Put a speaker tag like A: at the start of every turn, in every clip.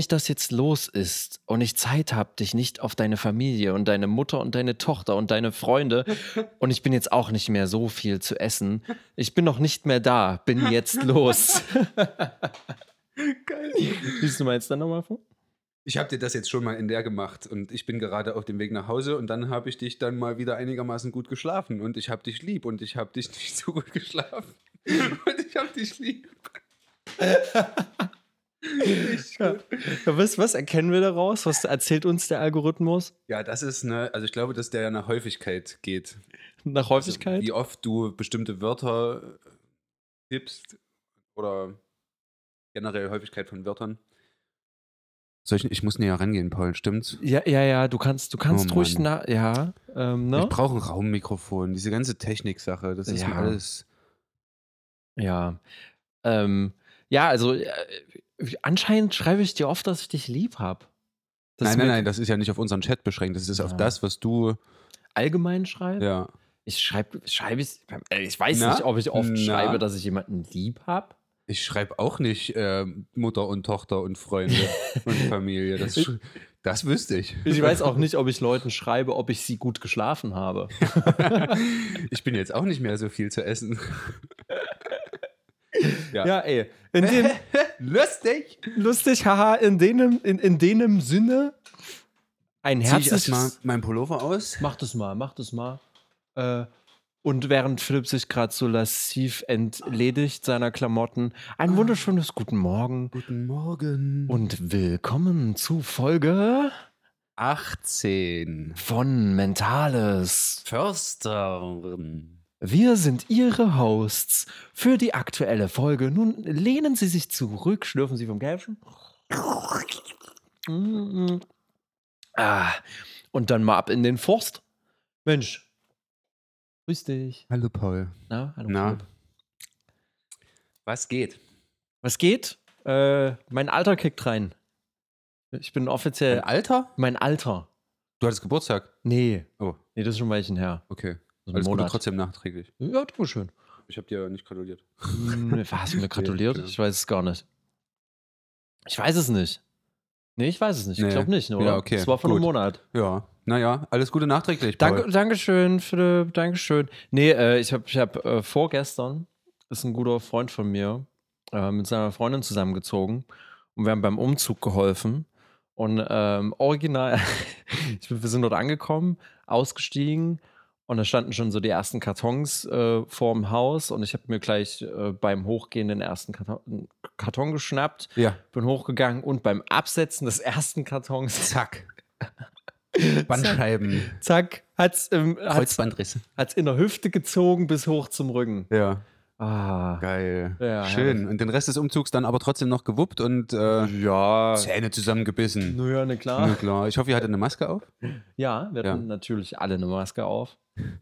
A: das jetzt los ist und ich Zeit habe, dich nicht auf deine Familie und deine Mutter und deine Tochter und deine Freunde und ich bin jetzt auch nicht mehr so viel zu essen. Ich bin noch nicht mehr da, bin jetzt los.
B: Geil.
A: Liest du mal jetzt dann nochmal vor?
B: Ich habe dir das jetzt schon mal in der gemacht und ich bin gerade auf dem Weg nach Hause und dann habe ich dich dann mal wieder einigermaßen gut geschlafen und ich habe dich lieb und ich habe dich nicht so gut geschlafen und ich habe dich lieb. Richtig gut.
A: Ja, was erkennen wir daraus? Was erzählt uns der Algorithmus?
B: Ja, das ist also ich glaube, dass der ja nach Häufigkeit geht.
A: Nach Häufigkeit?
B: Also, wie oft du bestimmte Wörter tippst oder generell Häufigkeit von Wörtern. Ich muss näher rangehen, Paul, stimmt's?
A: Ja, du kannst
B: Oh
A: ruhig
B: Mann.
A: ne?
B: Ich brauche ein Raummikrofon, diese ganze Techniksache, das ist mir
A: Ja.
B: alles.
A: Ja. Also anscheinend schreibe ich dir oft, dass ich dich lieb habe.
B: Nein, das ist ja nicht auf unseren Chat beschränkt, das ist auf das, was du.
A: Allgemein schreibe?
B: Ja.
A: Ich weiß nicht, ob ich oft schreibe, dass ich jemanden lieb habe.
B: Ich schreibe auch nicht Mutter und Tochter und Freunde und Familie. Das wüsste ich.
A: Ich weiß auch nicht, ob ich Leuten schreibe, ob ich sie gut geschlafen habe.
B: Ich bin jetzt auch nicht mehr so viel zu essen.
A: Ja, ey.
B: Lustig,
A: haha, in dem Sinne ein
B: Zieh ich
A: herzliches...
B: erstmal meinen Pullover aus.
A: Mach das mal. Und während Philipp sich gerade so lassiv entledigt seiner Klamotten, ein wunderschönes Guten Morgen.
B: Guten Morgen.
A: Und willkommen zu Folge
B: 18
A: von Mentales
B: Förstern.
A: Wir sind Ihre Hosts für die aktuelle Folge. Nun lehnen Sie sich zurück, schlürfen Sie vom Käffchen. Und dann mal ab in den Forst. Mensch, grüß dich.
B: Hallo Paul.
A: Hallo
B: Philipp. Was geht?
A: Mein Alter kickt rein. Ich bin offiziell...
B: Dein Alter?
A: Mein Alter.
B: Du hattest Geburtstag?
A: Nee.
B: Oh.
A: Nee, das ist schon ein Weilchen her.
B: Okay.
A: So
B: Alles Gute trotzdem nachträglich.
A: Ja, du schön.
B: Ich habe dir nicht gratuliert.
A: Hast du mir gratuliert?
B: Nee, genau.
A: Ich weiß es gar nicht. Ich weiß es nicht. Nee, ich weiß es nicht. Ich glaube nicht, oder?
B: Ja, okay.
A: Das war vor einem Monat.
B: Ja, naja, alles Gute nachträglich, Paul.
A: Dankeschön, Philipp, Dankeschön. Nee, ich hab vorgestern ist ein guter Freund von mir mit seiner Freundin zusammengezogen und wir haben beim Umzug geholfen und original, wir sind dort angekommen, ausgestiegen und da standen schon so die ersten Kartons vorm Haus und ich habe mir gleich beim Hochgehen den ersten Karton geschnappt, bin hochgegangen und beim Absetzen des ersten Kartons,
B: zack, Bandscheiben,
A: zack,
B: Kreuzbandrisse,
A: hat's in der Hüfte gezogen bis hoch zum Rücken.
B: Ja.
A: Ah.
B: Geil.
A: Ja,
B: schön. Und den Rest des Umzugs dann aber trotzdem noch gewuppt und Zähne zusammengebissen.
A: Naja, ne klar.
B: Na klar. Ich hoffe, ihr hattet eine Maske auf?
A: Ja, wir hatten natürlich alle eine Maske auf.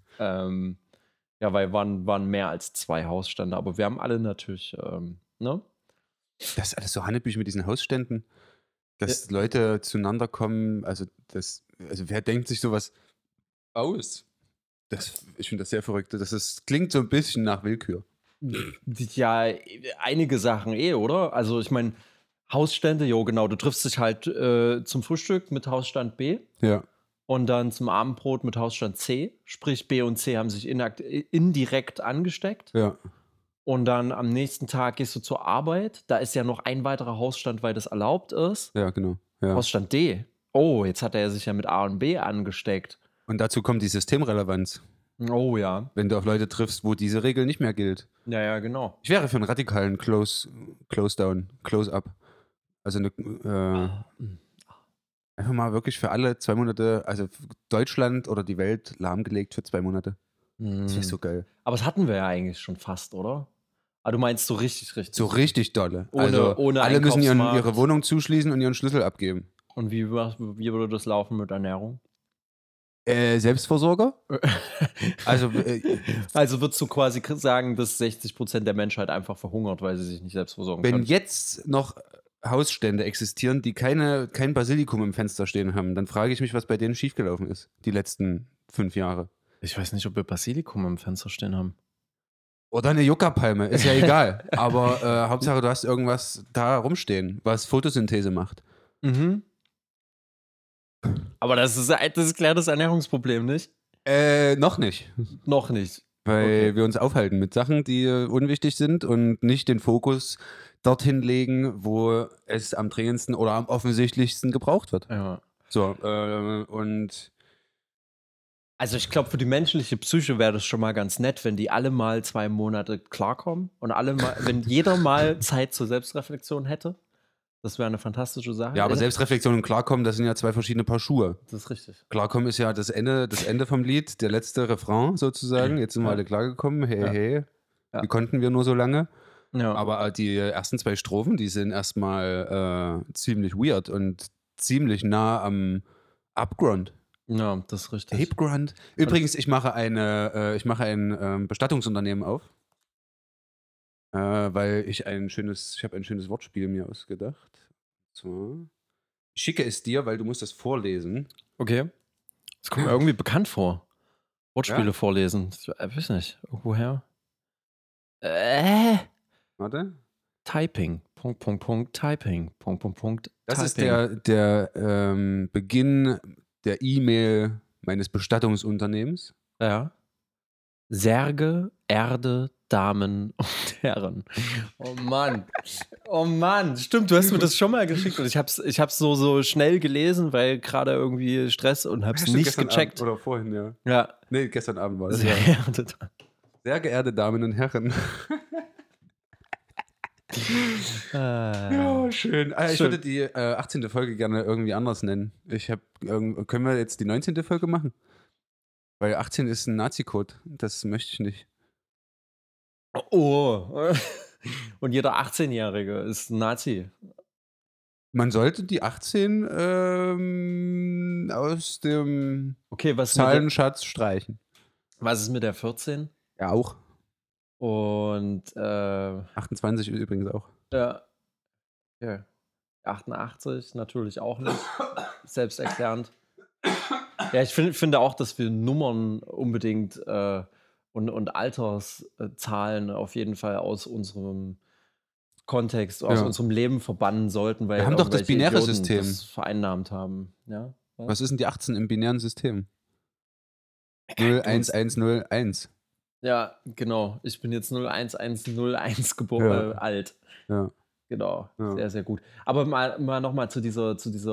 A: Weil waren mehr als 2 Hausstände, aber wir haben alle natürlich, ne?
B: Das ist alles so Hanebüchen mit diesen Hausständen, dass Leute zueinander kommen, also wer denkt sich sowas aus? Ich finde das sehr verrückt. Klingt so ein bisschen nach Willkür.
A: Ja, einige Sachen oder? Also ich meine, Hausstände, genau, du triffst dich halt zum Frühstück mit Hausstand B.
B: Ja.
A: Und dann zum Abendbrot mit Hausstand C. Sprich, B und C haben sich indirekt angesteckt.
B: Ja.
A: Und dann am nächsten Tag gehst du zur Arbeit. Da ist ja noch ein weiterer Hausstand, weil das erlaubt ist.
B: Ja, genau. Ja.
A: Hausstand D. Oh, jetzt hat er sich ja mit A und B angesteckt.
B: Und dazu kommt die Systemrelevanz.
A: Oh ja.
B: Wenn du auf Leute triffst, wo diese Regel nicht mehr gilt.
A: Ja, genau.
B: Ich wäre für einen radikalen Close-Down, Close-Up. Also einfach mal wirklich für alle 2 Monate, also Deutschland oder die Welt lahmgelegt für 2 Monate. Das wäre so geil.
A: Aber das hatten wir ja eigentlich schon fast, oder? Aber du meinst so richtig.
B: So richtig dolle.
A: Ohne
B: alle müssen ihre Wohnung zuschließen und ihren Schlüssel abgeben.
A: Und wie würde das laufen mit Ernährung?
B: Selbstversorger? Also
A: würdest du quasi sagen, dass 60% der Menschheit einfach verhungert, weil sie sich nicht selbst versorgen können?
B: Wenn jetzt noch Hausstände existieren, die kein Basilikum im Fenster stehen haben, dann frage ich mich, was bei denen schiefgelaufen ist, die letzten 5 Jahre.
A: Ich weiß nicht, ob wir Basilikum im Fenster stehen haben.
B: Oder eine Yucca-Palme, ist ja egal. Aber Hauptsache, du hast irgendwas da rumstehen, was Photosynthese macht.
A: Mhm. Aber das klärt das Ernährungsproblem nicht?
B: Noch nicht.
A: Noch nicht.
B: Weil
A: Okay.
B: wir uns aufhalten mit Sachen, die unwichtig sind und nicht den Fokus dorthin legen, wo es am dringendsten oder am offensichtlichsten gebraucht wird.
A: Ja.
B: So, und
A: Also ich glaube, für die menschliche Psyche wäre das schon mal ganz nett, wenn die alle mal 2 Monate klarkommen und wenn jeder mal Zeit zur Selbstreflexion hätte. Das wäre eine fantastische Sache.
B: ja, aber Selbstreflexion und Klarkommen, das sind ja zwei verschiedene Paar Schuhe.
A: Das ist richtig.
B: Klarkommen ist ja das Ende vom Lied, der letzte Refrain sozusagen. Jetzt sind wir
A: Ja.
B: alle klargekommen. Hey,
A: Ja.
B: hey.
A: Ja.
B: Wie konnten wir nur so lange?
A: Ja.
B: Aber die ersten 2 Strophen, die sind erstmal ziemlich weird und ziemlich nah am Abgrund.
A: Ja, das ist richtig.
B: Abgrund. Übrigens, ich mache ein Bestattungsunternehmen auf, weil ich habe ein schönes Wortspiel mir ausgedacht. So. Ich schicke es dir, weil du musst das vorlesen.
A: Okay. Das kommt mir irgendwie bekannt vor. Wortspiele
B: Ja?
A: vorlesen. Ich weiß nicht. Irgendwoher.
B: Warte.
A: Typing. Typing.
B: Das ist
A: Typing.
B: der Beginn der E-Mail meines Bestattungsunternehmens.
A: Ja. Särge, Erde, Damen und Herren. Oh Mann. Oh Mann. Stimmt, du hast mir das schon mal geschickt und ich hab's so schnell gelesen, weil gerade irgendwie Stress und hab's
B: Stimmt,
A: nicht
B: gestern
A: gecheckt.
B: Abend oder vorhin, ja.
A: Ja.
B: Nee, gestern Abend war das.
A: Erde.
B: Sehr geehrte Damen und Herren. Ja, schön. Ich
A: Schön.
B: würde die 18. Folge gerne irgendwie anders nennen. Können wir jetzt die 19. Folge machen? Weil 18 ist ein Nazi-Code. Das möchte ich nicht.
A: Oh. Und jeder 18-Jährige ist ein Nazi.
B: Man sollte die 18 aus dem
A: Okay, was
B: Zahlenschatz streichen.
A: ist mit der 14?
B: Ja, auch.
A: Und
B: 28 übrigens auch.
A: ja. Okay. 88 natürlich auch nicht. Selbsterklärend. Ja, ich finde auch, dass wir Nummern unbedingt und Alterszahlen auf jeden Fall aus unserem Kontext, aus
B: Ja.
A: unserem Leben verbannen sollten, weil
B: Wir haben doch das
A: irgendwelche
B: binäre
A: Idioten
B: System.
A: das vereinnahmt haben. Ja?
B: Was ist denn die 18 im binären System? 0, 1, 1, 0, 1.
A: Ja, genau. Ich bin jetzt 01101
B: Ja.
A: alt.
B: Ja.
A: Genau.
B: Ja.
A: Sehr, sehr gut. Aber mal nochmal zu dieser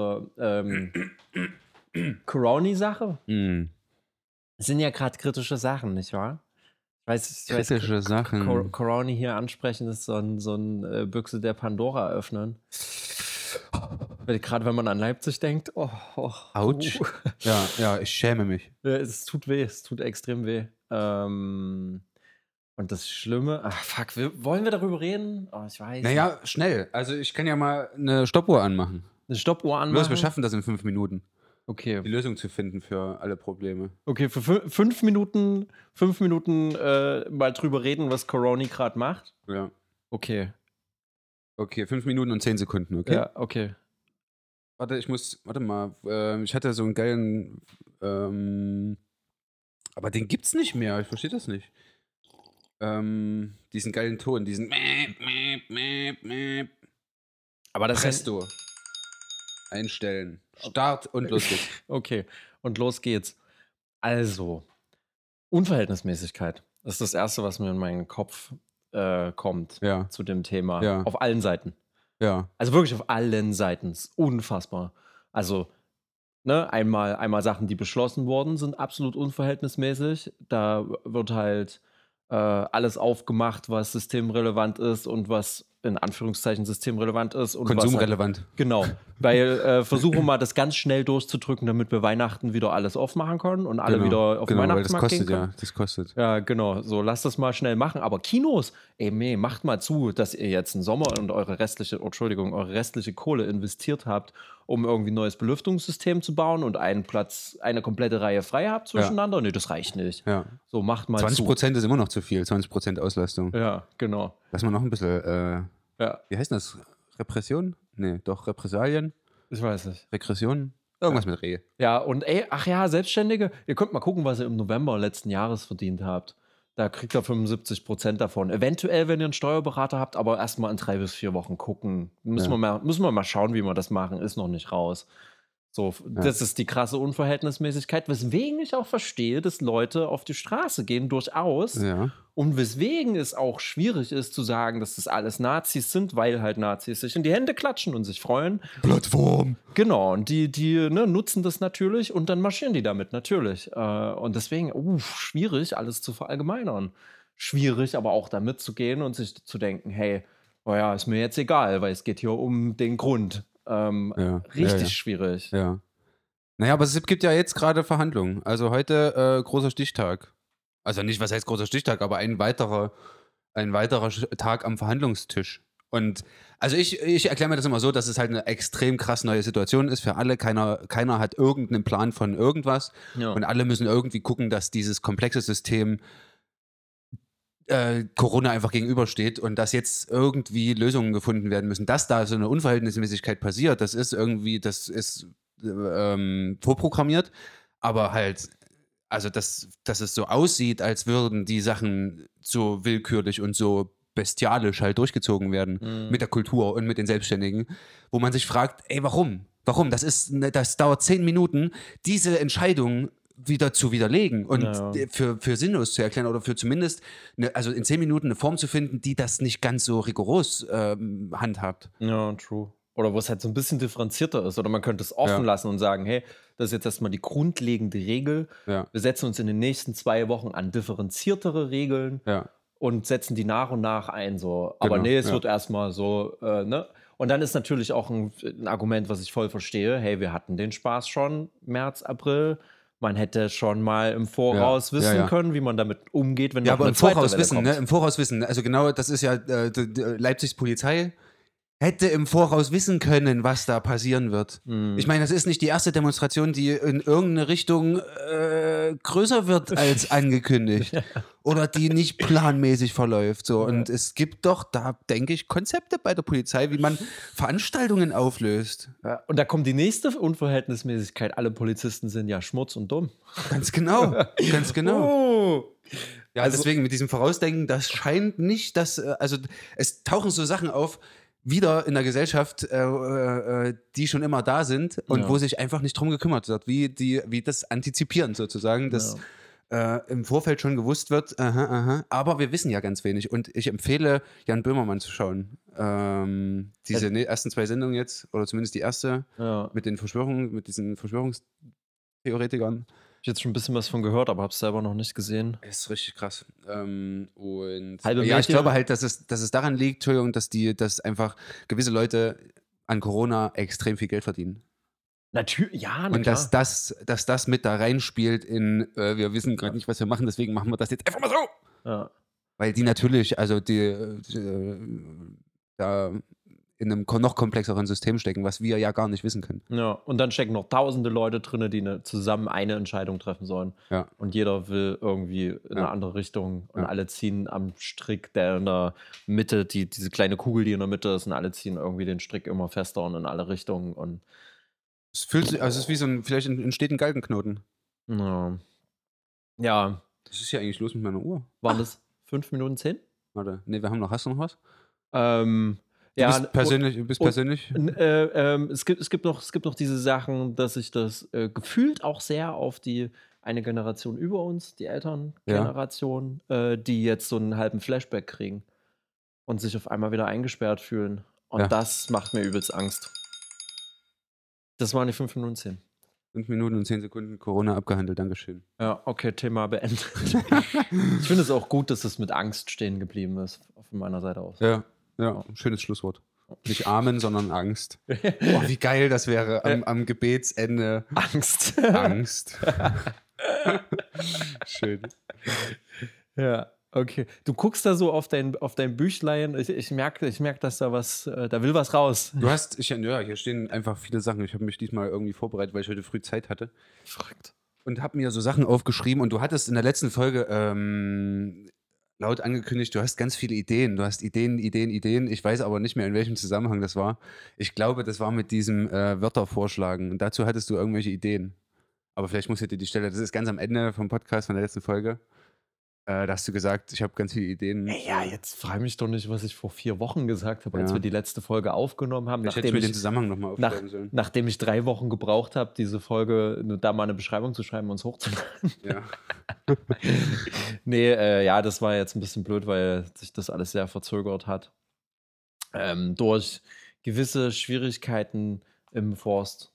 A: Corona-Sache. Das sind ja gerade kritische Sachen, nicht wahr? Ich weiß,
B: Kritische Sachen.
A: Corona hier ansprechen ist so ein Büchse der Pandora öffnen. Gerade wenn man an Leipzig denkt.
B: Autsch. Ja, ich schäme mich.
A: Es tut weh, es tut extrem weh. Und das Schlimme, fuck, wollen wir darüber reden? Oh, ich weiß.
B: Naja, schnell. Also ich kann ja mal eine Stoppuhr anmachen.
A: Eine Stoppuhr anmachen?
B: Los, wir schaffen das in 5 Minuten.
A: Okay.
B: Die Lösung zu finden für alle Probleme.
A: Okay, für 5 Minuten mal drüber reden, was Corona gerade macht.
B: Ja.
A: Okay.
B: Okay, 5 Minuten und 10 Sekunden, okay?
A: Ja, okay.
B: Warte mal, ich hatte so einen geilen, aber den gibt's nicht mehr, ich verstehe das nicht. Diesen geilen Ton, diesen
A: Aber das
B: Presto. Einstellen. Start und los geht's.
A: Okay, und los geht's. Also, Unverhältnismäßigkeit ist das Erste, was mir in meinen Kopf kommt
B: Ja.
A: zu dem Thema.
B: Ja.
A: Auf allen Seiten.
B: Ja.
A: Also wirklich auf allen Seiten. Ist unfassbar. Also, ne, einmal Sachen, die beschlossen wurden, sind absolut unverhältnismäßig. Da wird halt alles aufgemacht, was systemrelevant ist und was in Anführungszeichen systemrelevant ist. Und
B: Konsumrelevant.
A: Was halt, genau. Weil versuchen mal das ganz schnell durchzudrücken, damit wir Weihnachten wieder alles aufmachen können und alle wieder auf den Weihnachtsmarkt gehen können.
B: Ja, das kostet.
A: Ja, genau. So, lasst das mal schnell machen. Aber Kinos, nee, macht mal zu, dass ihr jetzt einen Sommer und eure restliche Kohle investiert habt, um irgendwie ein neues Belüftungssystem zu bauen und eine komplette Reihe frei habt zwischeneinander. Nee, das reicht nicht.
B: Ja.
A: So, macht mal
B: 20% ist immer noch zu viel, 20% Auslastung.
A: Ja, genau.
B: Lass mal noch ein bisschen,
A: Ja.
B: wie heißt das? Repression? Nee, doch, Repressalien?
A: Ich weiß nicht.
B: Regression? Irgendwas mit Rehe.
A: Ja, und Selbstständige, ihr könnt mal gucken, was ihr im November letzten Jahres verdient habt. Da kriegt ihr 75% davon. Eventuell, wenn ihr einen Steuerberater habt, aber erstmal in 3 bis 4 Wochen gucken. Müssen wir mal schauen, wie wir das machen. Ist noch nicht raus. So, das ist die krasse Unverhältnismäßigkeit, weswegen ich auch verstehe, dass Leute auf die Straße gehen, durchaus.
B: Ja.
A: Und weswegen es auch schwierig ist zu sagen, dass das alles Nazis sind, weil halt Nazis sich in die Hände klatschen und sich freuen.
B: Plattform.
A: Genau, und die nutzen das natürlich und dann marschieren die damit natürlich. Und deswegen, schwierig, alles zu verallgemeinern. Schwierig, aber auch da mitzugehen und sich zu denken, hey, oh ja, ist mir jetzt egal, weil es geht hier um den Grund. Richtig schwierig.
B: Ja. Naja, aber es gibt ja jetzt gerade Verhandlungen. Also heute großer Stichtag. Also nicht, was heißt großer Stichtag, aber ein weiterer Tag am Verhandlungstisch. Und also ich erkläre mir das immer so, dass es halt eine extrem krass neue Situation ist für alle. Keiner hat irgendeinen Plan von irgendwas.
A: Ja.
B: Und alle müssen irgendwie gucken, dass dieses komplexe System Corona einfach gegenübersteht und dass jetzt irgendwie Lösungen gefunden werden müssen. Dass da so eine Unverhältnismäßigkeit passiert, das ist vorprogrammiert, aber halt, also dass es so aussieht, als würden die Sachen so willkürlich und so bestialisch halt durchgezogen werden mit der Kultur und mit den Selbstständigen, wo man sich fragt, ey, warum? Warum? Das dauert 10 Minuten, diese Entscheidung wieder zu widerlegen und für sinnlos zu erklären oder für zumindest, also in 10 Minuten eine Form zu finden, die das nicht ganz so rigoros handhabt.
A: Ja, true. Oder wo es halt so ein bisschen differenzierter ist. Oder man könnte es offen lassen und sagen, hey, das ist jetzt erstmal die grundlegende Regel.
B: Ja.
A: Wir setzen uns in den nächsten 2 Wochen an differenziertere Regeln und setzen die nach und nach ein. So. Aber
B: Genau,
A: es wird erstmal so, ne? Und dann ist natürlich auch ein Argument, was ich voll verstehe. Hey, wir hatten den Spaß schon März, April. Man hätte schon mal im Voraus wissen können, wie man damit umgeht, wenn noch
B: aber
A: eine
B: im
A: zweite
B: Voraus
A: Welle
B: wissen,
A: kommt.
B: ne? Im Voraus wissen. Also genau, das ist ja die Leipzigs Polizei hätte im Voraus wissen können, was da passieren wird. Ich meine, das ist nicht die erste Demonstration, die in irgendeine Richtung größer wird als angekündigt. Oder die nicht planmäßig verläuft. So. Und es gibt doch da, denke ich, Konzepte bei der Polizei, wie man Veranstaltungen auflöst.
A: Ja, und da kommt die nächste Unverhältnismäßigkeit. Alle Polizisten sind ja schmutz und dumm.
B: Ganz genau. Ganz genau. Ja, also, deswegen mit diesem Vorausdenken, das scheint nicht, also es tauchen so Sachen auf, wieder in der Gesellschaft, die schon immer da sind und wo sich einfach nicht drum gekümmert wird, wie das Antizipieren sozusagen, dass im Vorfeld schon gewusst wird, aber wir wissen ja ganz wenig und ich empfehle, Jan Böhmermann zu schauen. Diese ersten 2 Sendungen jetzt, oder zumindest die erste, mit diesen Verschwörungstheoretikern.
A: Ich habe jetzt schon ein bisschen was von gehört, aber habe es selber noch nicht gesehen.
B: Das ist richtig krass. Und
A: ich
B: glaube halt, dass es daran liegt, Entschuldigung, dass einfach gewisse Leute an Corona extrem viel Geld verdienen.
A: Natürlich, ja,
B: und dass das mit da reinspielt in, wir wissen gerade nicht, was wir machen, deswegen machen wir das jetzt einfach mal so.
A: Ja.
B: Weil die natürlich, also die da in einem noch komplexeren System stecken, was wir ja gar nicht wissen können.
A: Ja, und dann stecken noch tausende Leute drin, die zusammen eine Entscheidung treffen sollen.
B: Ja.
A: Und jeder will irgendwie in eine andere Richtung. Und alle ziehen am Strick, der in der Mitte, diese kleine Kugel, die in der Mitte ist, und alle ziehen irgendwie den Strick immer fester und in alle Richtungen. Und
B: es fühlt sich, also es ist wie vielleicht entsteht ein Galgenknoten.
A: Ja.
B: Was ist hier eigentlich los mit meiner Uhr?
A: Waren das 5 Minuten 10?
B: Warte, nee, hast du noch was?
A: Du
B: bist persönlich?
A: Es gibt noch diese Sachen, dass sich das gefühlt auch sehr auf die eine Generation über uns, die Elterngeneration, die jetzt so einen halben Flashback kriegen und sich auf einmal wieder eingesperrt fühlen. Und das macht mir übelst Angst. Das waren die 5 Minuten 10.
B: 5 Minuten und 10 Sekunden Corona abgehandelt, Dankeschön.
A: Ja, okay, Thema beendet. Ich finde es auch gut, dass es mit Angst stehen geblieben ist, von meiner Seite aus.
B: Ja, schönes Schlusswort. Nicht Amen, sondern Angst. Boah, wie geil das wäre am Gebetsende.
A: Angst.
B: Angst. Schön.
A: Ja, okay. Du guckst da so auf dein Büchlein. Ich merke, dass da will was raus.
B: Hier stehen einfach viele Sachen. Ich habe mich diesmal irgendwie vorbereitet, weil ich heute früh Zeit hatte.
A: Verrückt.
B: Und habe mir so Sachen aufgeschrieben. Und du hattest in der letzten Folge laut angekündigt, du hast ganz viele Ideen. Du hast Ideen. Ich weiß aber nicht mehr, in welchem Zusammenhang das war. Ich glaube, das war mit diesem Wörter vorschlagen. Und dazu hattest du irgendwelche Ideen. Aber vielleicht muss ich dir die Stelle, das ist ganz am Ende vom Podcast von der letzten Folge. Da hast du gesagt, ich habe ganz viele Ideen.
A: Ja, jetzt frage mich doch nicht, was ich vor 4 Wochen gesagt habe, als
B: Ja.
A: wir die letzte Folge aufgenommen haben,
B: Ich hätte mir den Zusammenhang nochmal aufschreiben sollen.
A: nachdem ich 3 Wochen gebraucht habe, diese Folge da mal eine Beschreibung zu schreiben und es hochzuladen.
B: Ja.
A: Nee, ja, das war jetzt ein bisschen blöd, weil sich das alles sehr verzögert hat. Durch gewisse Schwierigkeiten im Forst.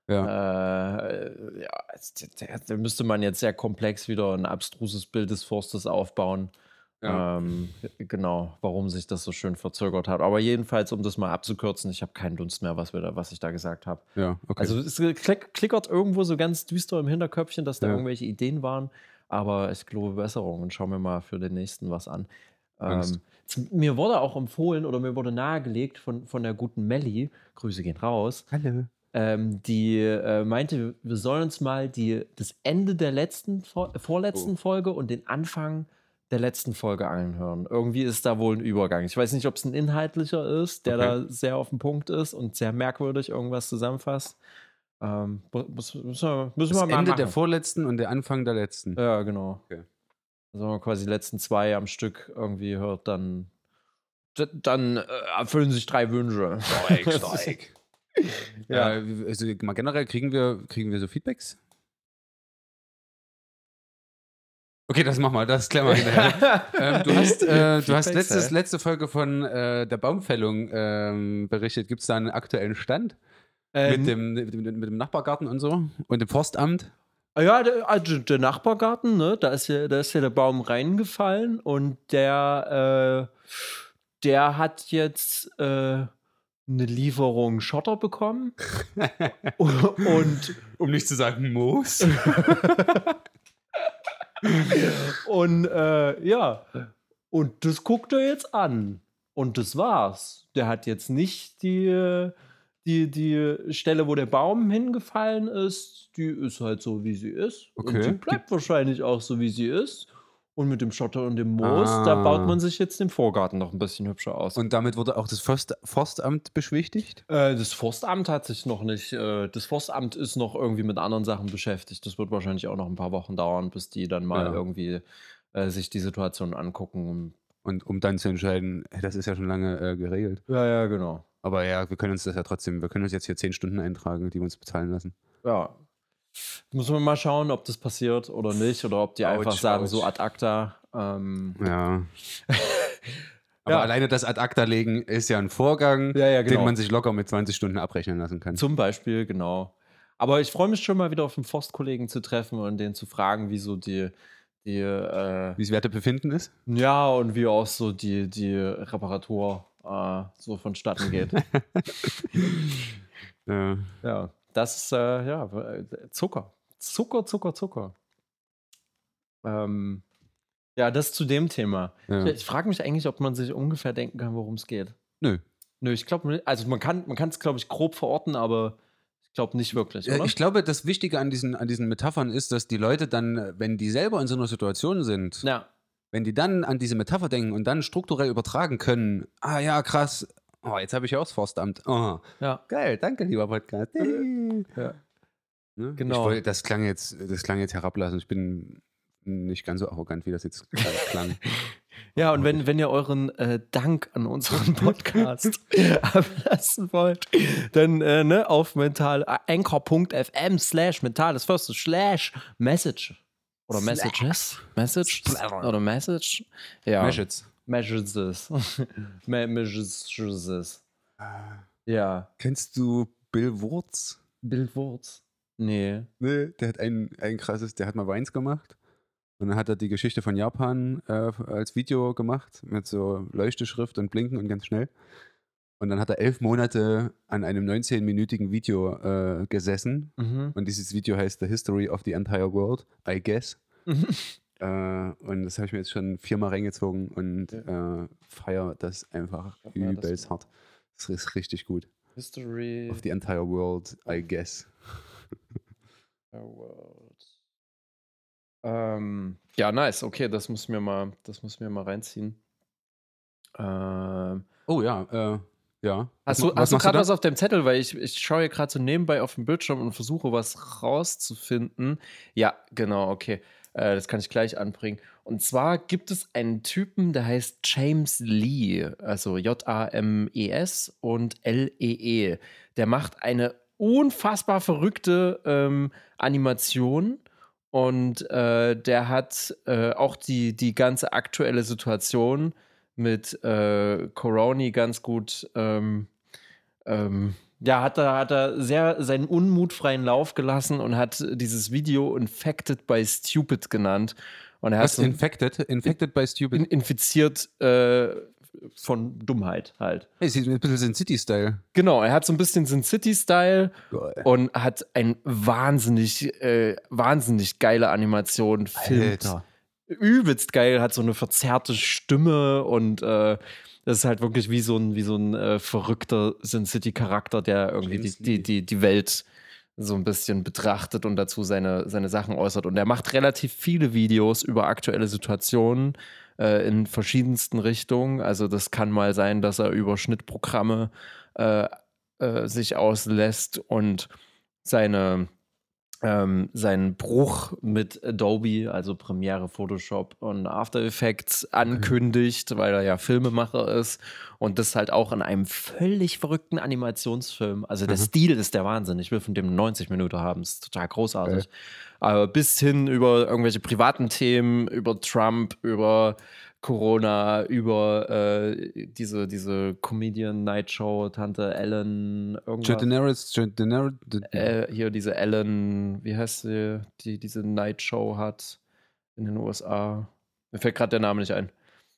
A: Ja, da müsste man jetzt sehr komplex wieder ein abstruses Bild des Forstes aufbauen.
B: Ja.
A: Genau, warum sich das so schön verzögert hat. Aber jedenfalls, um das mal abzukürzen, ich habe keinen Dunst mehr, was ich da gesagt habe.
B: Ja, okay.
A: Also es klickert irgendwo so ganz düster im Hinterköpfchen, dass da irgendwelche Ideen waren. Aber ich glaube Besserung und schauen wir mal für den nächsten was an. Mir wurde auch empfohlen oder mir wurde nahegelegt von der guten Melli, Grüße gehen raus,
B: Hallo.
A: die meinte, wir sollen uns mal das Ende der vorletzten Folge und den Anfang der letzten Folge anhören. Irgendwie ist da wohl ein Übergang. Ich weiß nicht, ob es ein inhaltlicher ist, der da sehr auf den Punkt ist und sehr merkwürdig irgendwas zusammenfasst. Müssen wir
B: Das
A: mal
B: Ende
A: machen.
B: der vorletzten und der Anfang der letzten.
A: Ja, genau.
B: Okay.
A: Also wenn man quasi die letzten 2 am Stück irgendwie hört, dann erfüllen sich 3 Wünsche.
B: Steig.
A: Ja.
B: Also mal generell kriegen wir so Feedbacks? Okay, das machen wir, das klären wir hinterher. Du hast letzte Folge von der Baumfällung berichtet. Gibt es da einen aktuellen Stand? Mit dem Nachbargarten und so? Und dem Forstamt?
A: Ja, der Nachbargarten, ne? Da ist ja der Baum reingefallen und der hat jetzt eine Lieferung Schotter bekommen. Und
B: um nicht zu sagen Moos.
A: und ja, und das guckt er jetzt an. Und das war's. Der hat jetzt nicht die Stelle, wo der Baum hingefallen ist, die ist halt so, wie sie ist.
B: Okay.
A: Und die bleibt wahrscheinlich auch so, wie sie ist. Und mit dem Schotter und dem Moos, da baut man sich jetzt den Vorgarten noch ein bisschen hübscher aus.
B: Und damit wurde auch das Forstamt beschwichtigt?
A: Das Forstamt hat sich noch nicht, das Forstamt ist noch irgendwie mit anderen Sachen beschäftigt. Das wird wahrscheinlich auch noch ein paar Wochen dauern, bis die dann mal irgendwie sich die Situation angucken.
B: Und um dann zu entscheiden, das ist ja schon lange geregelt.
A: Ja, genau.
B: Aber ja, wir können uns jetzt hier 10 Stunden eintragen, die wir uns bezahlen lassen.
A: Ja. Muss man mal schauen, ob das passiert oder nicht, oder ob die einfach sagen, so ad acta.
B: Ja. Aber alleine das ad acta legen ist ja ein Vorgang,
A: genau.
B: den man sich locker mit 20 Stunden abrechnen lassen kann.
A: Zum Beispiel, genau. Aber ich freue mich schon mal wieder auf einen Forstkollegen zu treffen und den zu fragen, wie so wie
B: das Wertebefinden ist?
A: Ja, und wie auch so die Reparatur so vonstatten geht. Ja, das ist Zucker. Zucker. Ja, das zu dem Thema.
B: Ja.
A: Ich frage mich eigentlich, ob man sich ungefähr denken kann, worum es geht.
B: Nö,
A: ich glaube, also man kann es, glaube ich, grob verorten, aber ich glaube nicht wirklich, oder?
B: Ich glaube, das Wichtige an diesen Metaphern ist, dass die Leute dann, wenn die selber in so einer Situation sind, wenn die dann an diese Metapher denken und dann strukturell übertragen können, ja, krass, jetzt habe ich ja auch das Forstamt. Oh,
A: ja.
B: Geil, danke, lieber Podcast.
A: Ja.
B: Ne?
A: Genau.
B: Das klang jetzt herablassend. Ich bin nicht ganz so arrogant, wie das jetzt klang.
A: Ja, und wenn ihr euren Dank an unseren Podcast ablassen wollt, dann auf anchor.fm/mental_message oder Messages. Oder Message. Ja. Messages. Ja.
B: Kennst du Bill Wurz?
A: Bill Wurz? Nee.
B: Nee, der hat ein krasses, der hat mal Vines gemacht. Und dann hat er die Geschichte von Japan als Video gemacht, mit so Leuchteschrift und Blinken und ganz schnell. Und dann hat er 11 Monate an einem 19-minütigen Video gesessen. Und dieses Video heißt The History of the Entire World, I guess. Und das habe ich mir jetzt schon 4-mal reingezogen und feiere das einfach übelst hart. Das ist richtig gut.
A: History
B: of the Entire World, I guess.
A: Ja, nice. Okay, das muss mir mal reinziehen.
B: Ja.
A: Hast du gerade was auf dem Zettel? Weil ich schaue hier gerade so nebenbei auf dem Bildschirm und versuche was rauszufinden. Ja, genau, okay. Das kann ich gleich anbringen. Und zwar gibt es einen Typen, der heißt James Lee, also James und Lee. Der macht eine unfassbar verrückte Animation und der hat auch die ganze aktuelle Situation mit Corona ganz gut ja, hat er sehr seinen Unmut freien Lauf gelassen und hat dieses Video Infected by Stupid genannt. Und er hat
B: Was?
A: so
B: Infected? Infected by Stupid?
A: infiziert von Dummheit halt.
B: Hey, sieht ein bisschen Sin City-Style.
A: Genau, er hat so ein bisschen Sin City-Style
B: Geil.
A: und hat ein wahnsinnig geile Animation, filmt
B: Alter.
A: übelst geil, hat so eine verzerrte Stimme und das ist halt wirklich wie so ein verrückter Sin City-Charakter, der irgendwie
B: James
A: die Welt so ein bisschen betrachtet und dazu seine Sachen äußert. Und er macht relativ viele Videos über aktuelle Situationen in verschiedensten Richtungen. Also das kann mal sein, dass er über Schnittprogramme sich auslässt und seinen Bruch mit Adobe, also Premiere, Photoshop und After Effects ankündigt, weil er ja Filmemacher ist und das halt auch in einem völlig verrückten Animationsfilm. Also der Stil ist der Wahnsinn. Ich will von dem 90 Minuten haben, ist total großartig. Aber bis hin über irgendwelche privaten Themen, über Trump, über Corona, über diese Comedian-Night-Show, Tante Ellen, irgendwas. Hier diese Ellen, wie heißt sie, die diese Night-Show hat in den USA. Mir fällt gerade der Name nicht ein.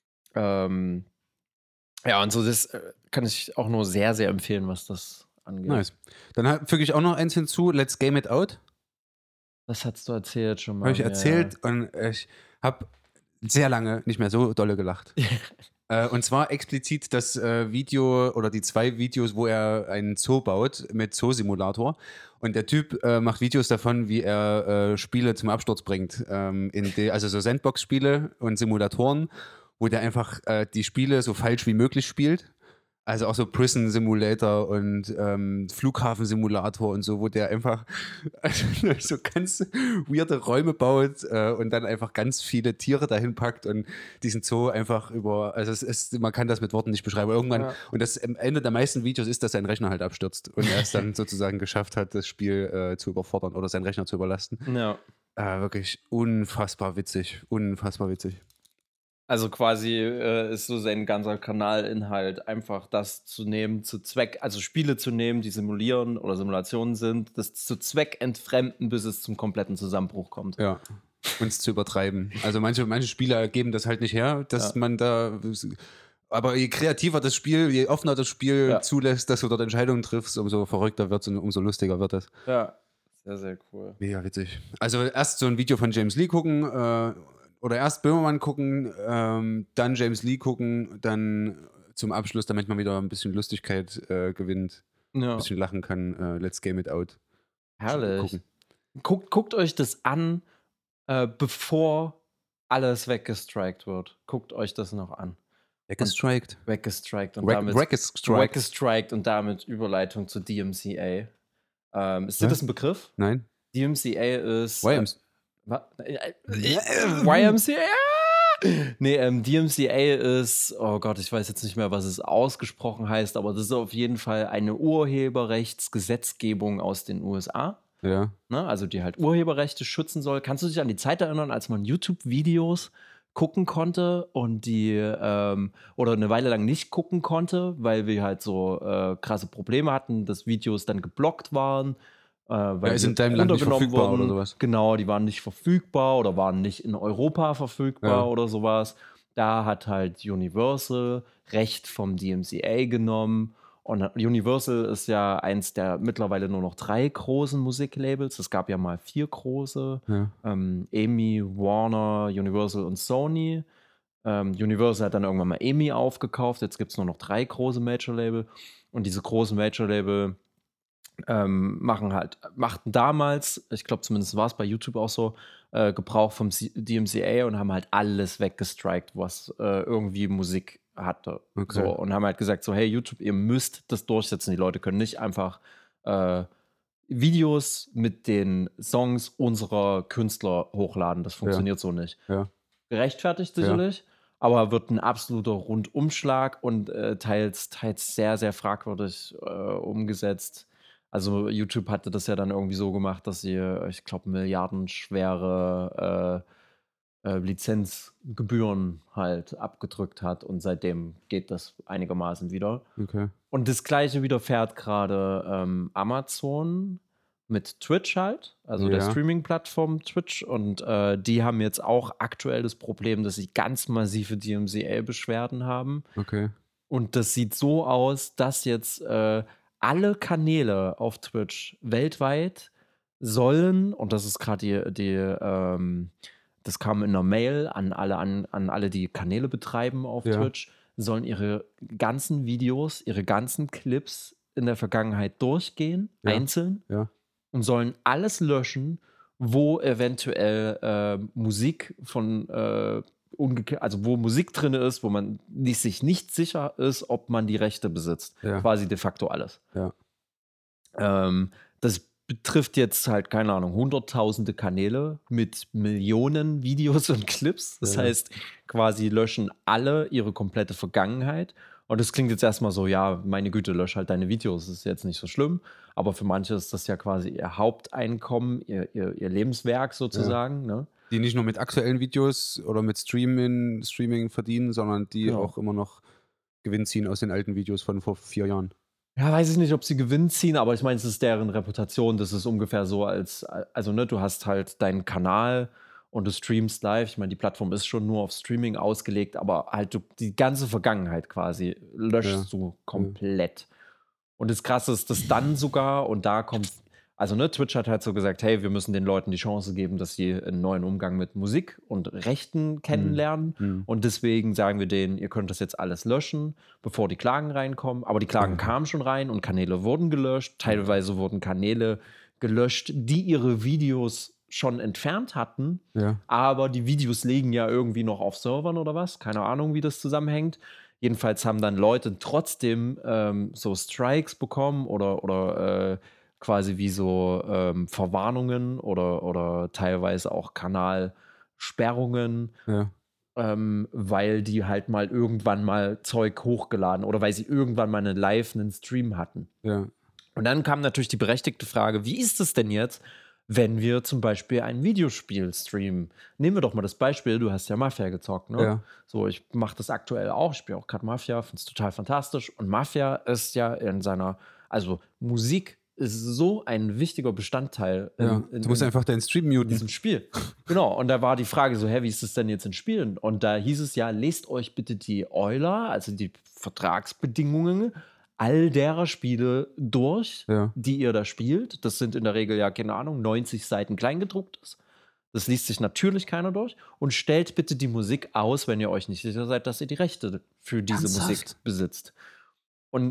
A: Ja, und so das kann ich auch nur sehr, sehr empfehlen, was das angeht.
B: Nice. Dann füge ich auch noch eins hinzu, Let's Game It Out.
A: Das hast du erzählt schon mal.
B: Habe ich erzählt und ich habe sehr lange nicht mehr so dolle gelacht. Und zwar explizit das Video oder die 2 Videos, wo er einen Zoo baut mit Zoo-Simulator. Und der Typ macht Videos davon, wie er Spiele zum Absturz bringt. Also so Sandbox-Spiele und Simulatoren, wo der einfach die Spiele so falsch wie möglich spielt. Also auch so Prison Simulator und Flughafen Simulator und so, wo der einfach so ganz weirde Räume baut und dann einfach ganz viele Tiere dahin packt und diesen Zoo einfach man kann das mit Worten nicht beschreiben. Irgendwann, und das am Ende der meisten Videos ist, dass sein Rechner halt abstürzt und er es dann sozusagen geschafft hat, das Spiel zu überfordern oder seinen Rechner zu überlasten.
A: Ja.
B: Wirklich unfassbar witzig. Unfassbar witzig.
A: Also quasi ist so sein ganzer Kanalinhalt einfach das zu nehmen, also Spiele zu nehmen, die simulieren oder Simulationen sind, das zu Zweck entfremden, bis es zum kompletten Zusammenbruch kommt.
B: Ja. Uns zu übertreiben. Also manche Spieler geben das halt nicht her, dass man da. Aber je kreativer das Spiel, je offener das Spiel zulässt, dass du dort Entscheidungen triffst, umso verrückter wird es und umso lustiger wird es.
A: Ja, sehr, sehr cool.
B: Mega witzig. Also erst so ein Video von James Lee gucken, oder erst Böhmermann gucken, dann James Lee gucken, dann zum Abschluss, damit man wieder ein bisschen Lustigkeit gewinnt, ein bisschen lachen kann. Let's Game It Out.
A: Herrlich. Guckt euch das an, bevor alles weggestrikt wird. Guckt euch das noch an.
B: Weggestrikt
A: und damit Überleitung zu DMCA. Ist dir das ein Begriff?
B: Nein.
A: DMCA ist
B: YMCA?
A: Nee, DMCA ist, oh Gott, ich weiß jetzt nicht mehr, was es ausgesprochen heißt, aber das ist auf jeden Fall eine Urheberrechtsgesetzgebung aus den USA.
B: Ja.
A: Ne? Also die halt Urheberrechte schützen soll. Kannst du dich an die Zeit erinnern, als man YouTube-Videos gucken konnte und die oder eine Weile lang nicht gucken konnte, weil wir halt so krasse Probleme hatten, dass Videos dann geblockt waren, weil
B: ist in deinem Land nicht verfügbar oder sowas.
A: Genau, die waren nicht verfügbar oder waren nicht in Europa verfügbar oder sowas. Da hat halt Universal Recht vom DMCA genommen. Und Universal ist ja eins der mittlerweile nur noch 3 großen Musiklabels. Es gab ja mal 4 große. EMI, Warner, Universal und Sony. Universal hat dann irgendwann mal EMI aufgekauft. Jetzt gibt es nur noch 3 große Major-Label. Und diese großen Major-Label machten damals, ich glaube zumindest war es bei YouTube auch so, Gebrauch vom DMCA und haben halt alles weggestrikt, was irgendwie Musik hatte.
B: Okay.
A: So, und haben halt gesagt so, hey YouTube, ihr müsst das durchsetzen. Die Leute können nicht einfach Videos mit den Songs unserer Künstler hochladen. Das
B: Ja,
A: funktioniert so nicht.
B: ja,
A: Gerechtfertigt
B: ja,
A: sicherlich, aber wird ein absoluter Rundumschlag und, teils sehr, sehr fragwürdig, umgesetzt. Also, YouTube hatte das ja dann irgendwie so gemacht, dass sie, ich glaube, milliardenschwere, Lizenzgebühren halt abgedrückt hat und seitdem geht das einigermaßen wieder.
B: okay.
A: Und das Gleiche widerfährt gerade Amazon mit Twitch halt, also der
B: Ja,
A: Streaming-Plattform Twitch. Und die haben jetzt auch aktuell das Problem, dass sie ganz massive DMCA-Beschwerden haben.
B: okay.
A: Und das sieht so aus, dass jetzt alle Kanäle auf Twitch weltweit sollen, und das ist gerade das kam in einer Mail an alle, die Kanäle betreiben auf
B: Ja,
A: Twitch, sollen ihre ganzen Videos, ihre ganzen Clips in der Vergangenheit durchgehen,
B: ja,
A: einzeln,
B: ja,
A: und sollen alles löschen, wo eventuell Musik von also wo Musik drin ist, wo man sich nicht sicher ist, ob man die Rechte besitzt.
B: ja,
A: Quasi de facto alles.
B: ja,
A: Das betrifft jetzt halt, keine Ahnung, hunderttausende Kanäle mit Millionen Videos und Clips. Das
B: ja,
A: heißt, quasi löschen alle ihre komplette Vergangenheit. Und das klingt jetzt erstmal so, ja, meine Güte, lösch halt deine Videos, das ist jetzt nicht so schlimm. Aber für manche ist das ja quasi ihr Haupteinkommen, ihr Lebenswerk
B: ja.
A: sozusagen. Ne?
B: Die nicht nur mit aktuellen Videos oder mit Streaming verdienen, sondern die
A: Genau.
B: auch immer noch Gewinn ziehen aus den alten Videos von vor 4 Jahren.
A: Ja, weiß ich nicht, ob sie Gewinn ziehen, aber ich meine, es ist deren Reputation. Das ist ungefähr so, also, ne, du hast halt deinen Kanal und du streamst live. Ich meine, die Plattform ist schon nur auf Streaming ausgelegt, aber halt die ganze Vergangenheit quasi
B: Ja,
A: löschst du
B: ja,
A: komplett. Und das Krasse ist, dass dann sogar, und da kommt, also ne, Twitch hat halt so gesagt, hey, wir müssen den Leuten die Chance geben, dass sie einen neuen Umgang mit Musik und Rechten
B: mhm,
A: kennenlernen.
B: mhm.
A: Und deswegen sagen wir denen, ihr könnt das jetzt alles löschen, bevor die Klagen reinkommen. Aber die Klagen
B: Ja,
A: kamen schon rein und Kanäle wurden gelöscht.
B: ja,
A: Teilweise wurden Kanäle gelöscht, die ihre Videos schon entfernt hatten.
B: ja,
A: Aber die Videos liegen ja irgendwie noch auf Servern oder was. Keine Ahnung, wie das zusammenhängt. Jedenfalls haben dann Leute trotzdem so Strikes bekommen oder quasi wie so Verwarnungen oder teilweise auch Kanalsperrungen,
B: ja,
A: weil die halt mal irgendwann mal Zeug hochgeladen oder weil sie irgendwann mal einen Stream hatten.
B: ja,
A: Und dann kam natürlich die berechtigte Frage, wie ist es denn jetzt, wenn wir zum Beispiel ein Videospiel streamen? Nehmen wir doch mal das Beispiel, du hast ja Mafia gezockt, ne?
B: ja,
A: So, ich mache das aktuell auch, ich spiele auch gerade Mafia, finde es total fantastisch. Und Mafia ist ja also Musik ist so ein wichtiger Bestandteil
B: ja. Du musst einfach deinen Stream
A: in
B: muten.
A: diesem Spiel. Genau, und da war die Frage so, hä, wie ist es denn jetzt in Spielen? Und da hieß es ja, lest euch bitte die Euler, also die Vertragsbedingungen all derer Spiele durch,
B: Ja,
A: die ihr da spielt. Das sind in der Regel ja, keine Ahnung, 90 Seiten kleingedrucktes. Das liest sich natürlich keiner durch. Und stellt bitte die Musik aus, wenn ihr euch nicht sicher seid, dass ihr die Rechte für diese Musik
B: ernsthaft?
A: besitzt. Und,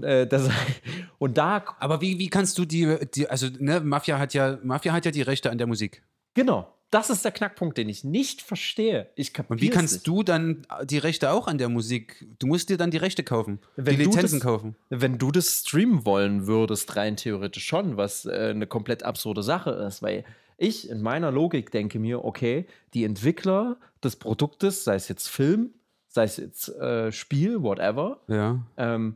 A: und da
B: Aber wie kannst du also, ne, Mafia hat ja die Rechte an der Musik.
A: genau, das ist der Knackpunkt, den ich nicht verstehe. Ich
B: Und wie
A: kapiere es
B: kannst
A: nicht.
B: du dann die Rechte auch an der Musik du musst dir dann die Rechte kaufen, die
A: Wenn du
B: Lizenzen
A: das
B: kaufen.
A: wenn du das streamen wollen würdest, rein theoretisch schon, was, 'ne komplett absurde Sache ist, weil ich in meiner Logik denke mir: „Okay, die Entwickler des Produktes, sei es jetzt Film, sei es jetzt, Spiel, whatever,
B: Ja,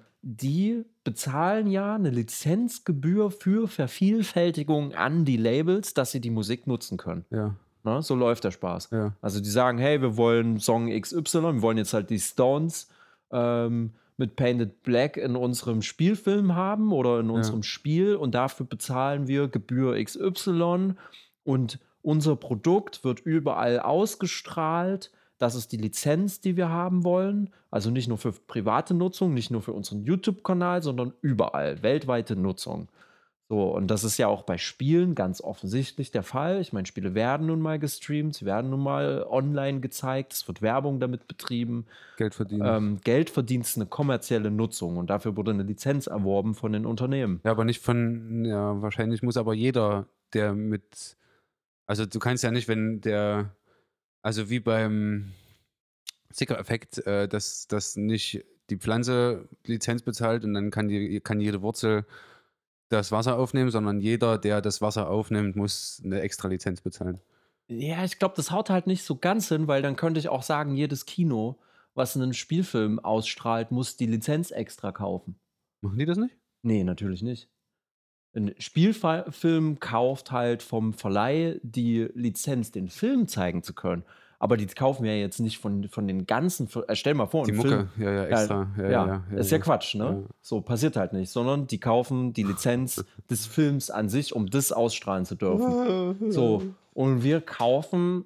A: die bezahlen ja eine Lizenzgebühr für Vervielfältigung an die Labels, dass sie die Musik nutzen können.“
B: ja,
A: Ne, so läuft der Spaß.
B: ja,
A: Also, die sagen: „Hey, wir wollen Song XY, wir wollen jetzt halt die Stones, mit Painted Black in unserem Spielfilm haben oder in
B: ja,
A: unserem Spiel und dafür bezahlen wir Gebühr XY und unser Produkt wird überall ausgestrahlt. Das ist die Lizenz, die wir haben wollen. Also, nicht nur für private Nutzung, nicht nur für unseren YouTube-Kanal, sondern überall, weltweite Nutzung.“ So, und das ist ja auch bei Spielen ganz offensichtlich der Fall. Ich meine, Spiele werden nun mal gestreamt, sie werden nun mal online gezeigt, es wird Werbung damit betrieben.
B: Geld verdienen.
A: Geld verdient eine kommerzielle Nutzung und dafür wurde eine Lizenz erworben von den Unternehmen.
B: Ja, aber nicht von ja, wahrscheinlich muss aber jeder, der mit also, du kannst ja nicht, wenn der also, wie beim Sticker-Effekt, dass nicht die Pflanze Lizenz bezahlt und dann kann jede Wurzel das Wasser aufnehmen, sondern jeder, der das Wasser aufnimmt, muss eine extra Lizenz bezahlen.
A: Ja, ich glaube, das haut halt nicht so ganz hin, weil dann könnte ich auch sagen, jedes Kino, was einen Spielfilm ausstrahlt, muss die Lizenz extra kaufen.
B: Machen die das nicht?
A: Nee, natürlich nicht. 'N Spielfilm kauft halt vom Verleih die Lizenz, den Film zeigen zu können. Aber die kaufen ja jetzt nicht von den ganzen Fi stell dir mal vor,
B: Die
A: 'n Film
B: Mucke, ja, ja,
A: ja,
B: extra. Ja, ja,
A: ja,
B: ja, ja,
A: ist ja
B: ja.
A: Quatsch, ne?
B: Ja.
A: So, passiert halt nicht, sondern die kaufen die Lizenz des Films an sich, um das ausstrahlen zu dürfen. So, und wir kaufen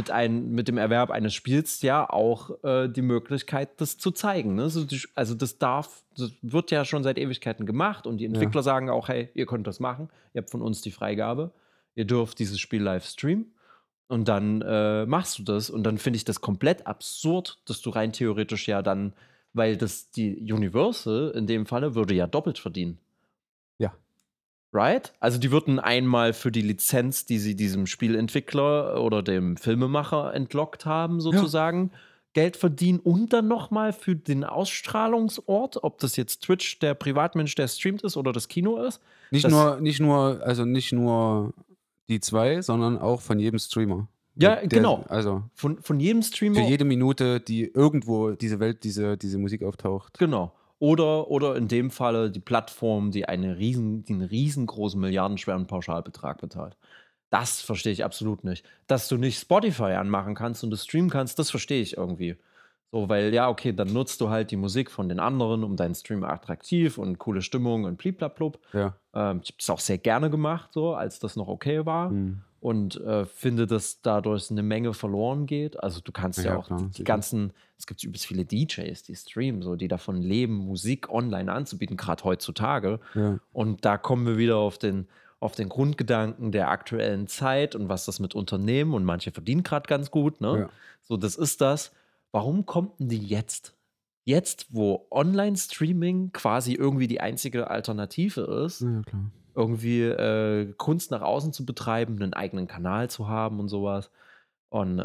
A: mit dem Erwerb eines Spiels ja auch, die Möglichkeit, das zu zeigen, ne? So also, das wird ja schon seit Ewigkeiten gemacht und die
B: Ja.
A: Entwickler sagen auch: „Hey, ihr könnt das machen. Ihr habt von uns die Freigabe. Ihr dürft dieses Spiel live streamen.“ Und dann, machst du das und dann finde ich das komplett absurd, dass du rein theoretisch ja dann weil das die Universal in dem Falle würde ja doppelt verdienen.
B: Ja.
A: Right? Also, die würden einmal für die Lizenz, die sie diesem Spielentwickler oder dem Filmemacher entlockt haben
B: Ja.
A: sozusagen, Geld verdienen und dann noch mal für den Ausstrahlungsort, ob das jetzt Twitch, der Privatmensch, der streamt ist oder das Kino ist.
B: Nicht
A: Das
B: nur nicht nur die 2, sondern auch von jedem Streamer.
A: ja,
B: Der
A: genau.
B: also,
A: Von jedem
B: für
A: Streamer
B: jede Minute, die irgendwo diese Musik auftaucht.
A: genau. Oder in dem Falle die Plattform, die den riesengroßen milliardenschweren Pauschalbetrag bezahlt. Das verstehe ich absolut nicht. Dass du nicht Spotify anmachen kannst und das streamen kannst, das verstehe ich irgendwie. So, weil ja, okay, dann nutzt du halt die Musik von den anderen, um deinen Stream attraktiv und coole Stimmung und bliblablub.
B: Ja.
A: Ich habe das auch sehr gerne gemacht, so, als das noch okay war.
B: Mhm.
A: Und finde, dass dadurch eine Menge verloren geht. Also du kannst ja
B: Ja,
A: auch
B: klar,
A: die
B: sicher.
A: ganzen, es gibt übelst viele DJs, die streamen, so, die davon leben, Musik online anzubieten, gerade heutzutage.
B: Ja.
A: Und da kommen wir wieder auf den Grundgedanken der aktuellen Zeit und was das mit Unternehmen und manche verdienen gerade ganz gut, ne?
B: Ja.
A: So, das ist das. Warum kommt denn die jetzt? Jetzt, wo Online-Streaming quasi irgendwie die einzige Alternative ist,
B: Ja, klar.
A: irgendwie Kunst nach außen zu betreiben, einen eigenen Kanal zu haben und sowas. Und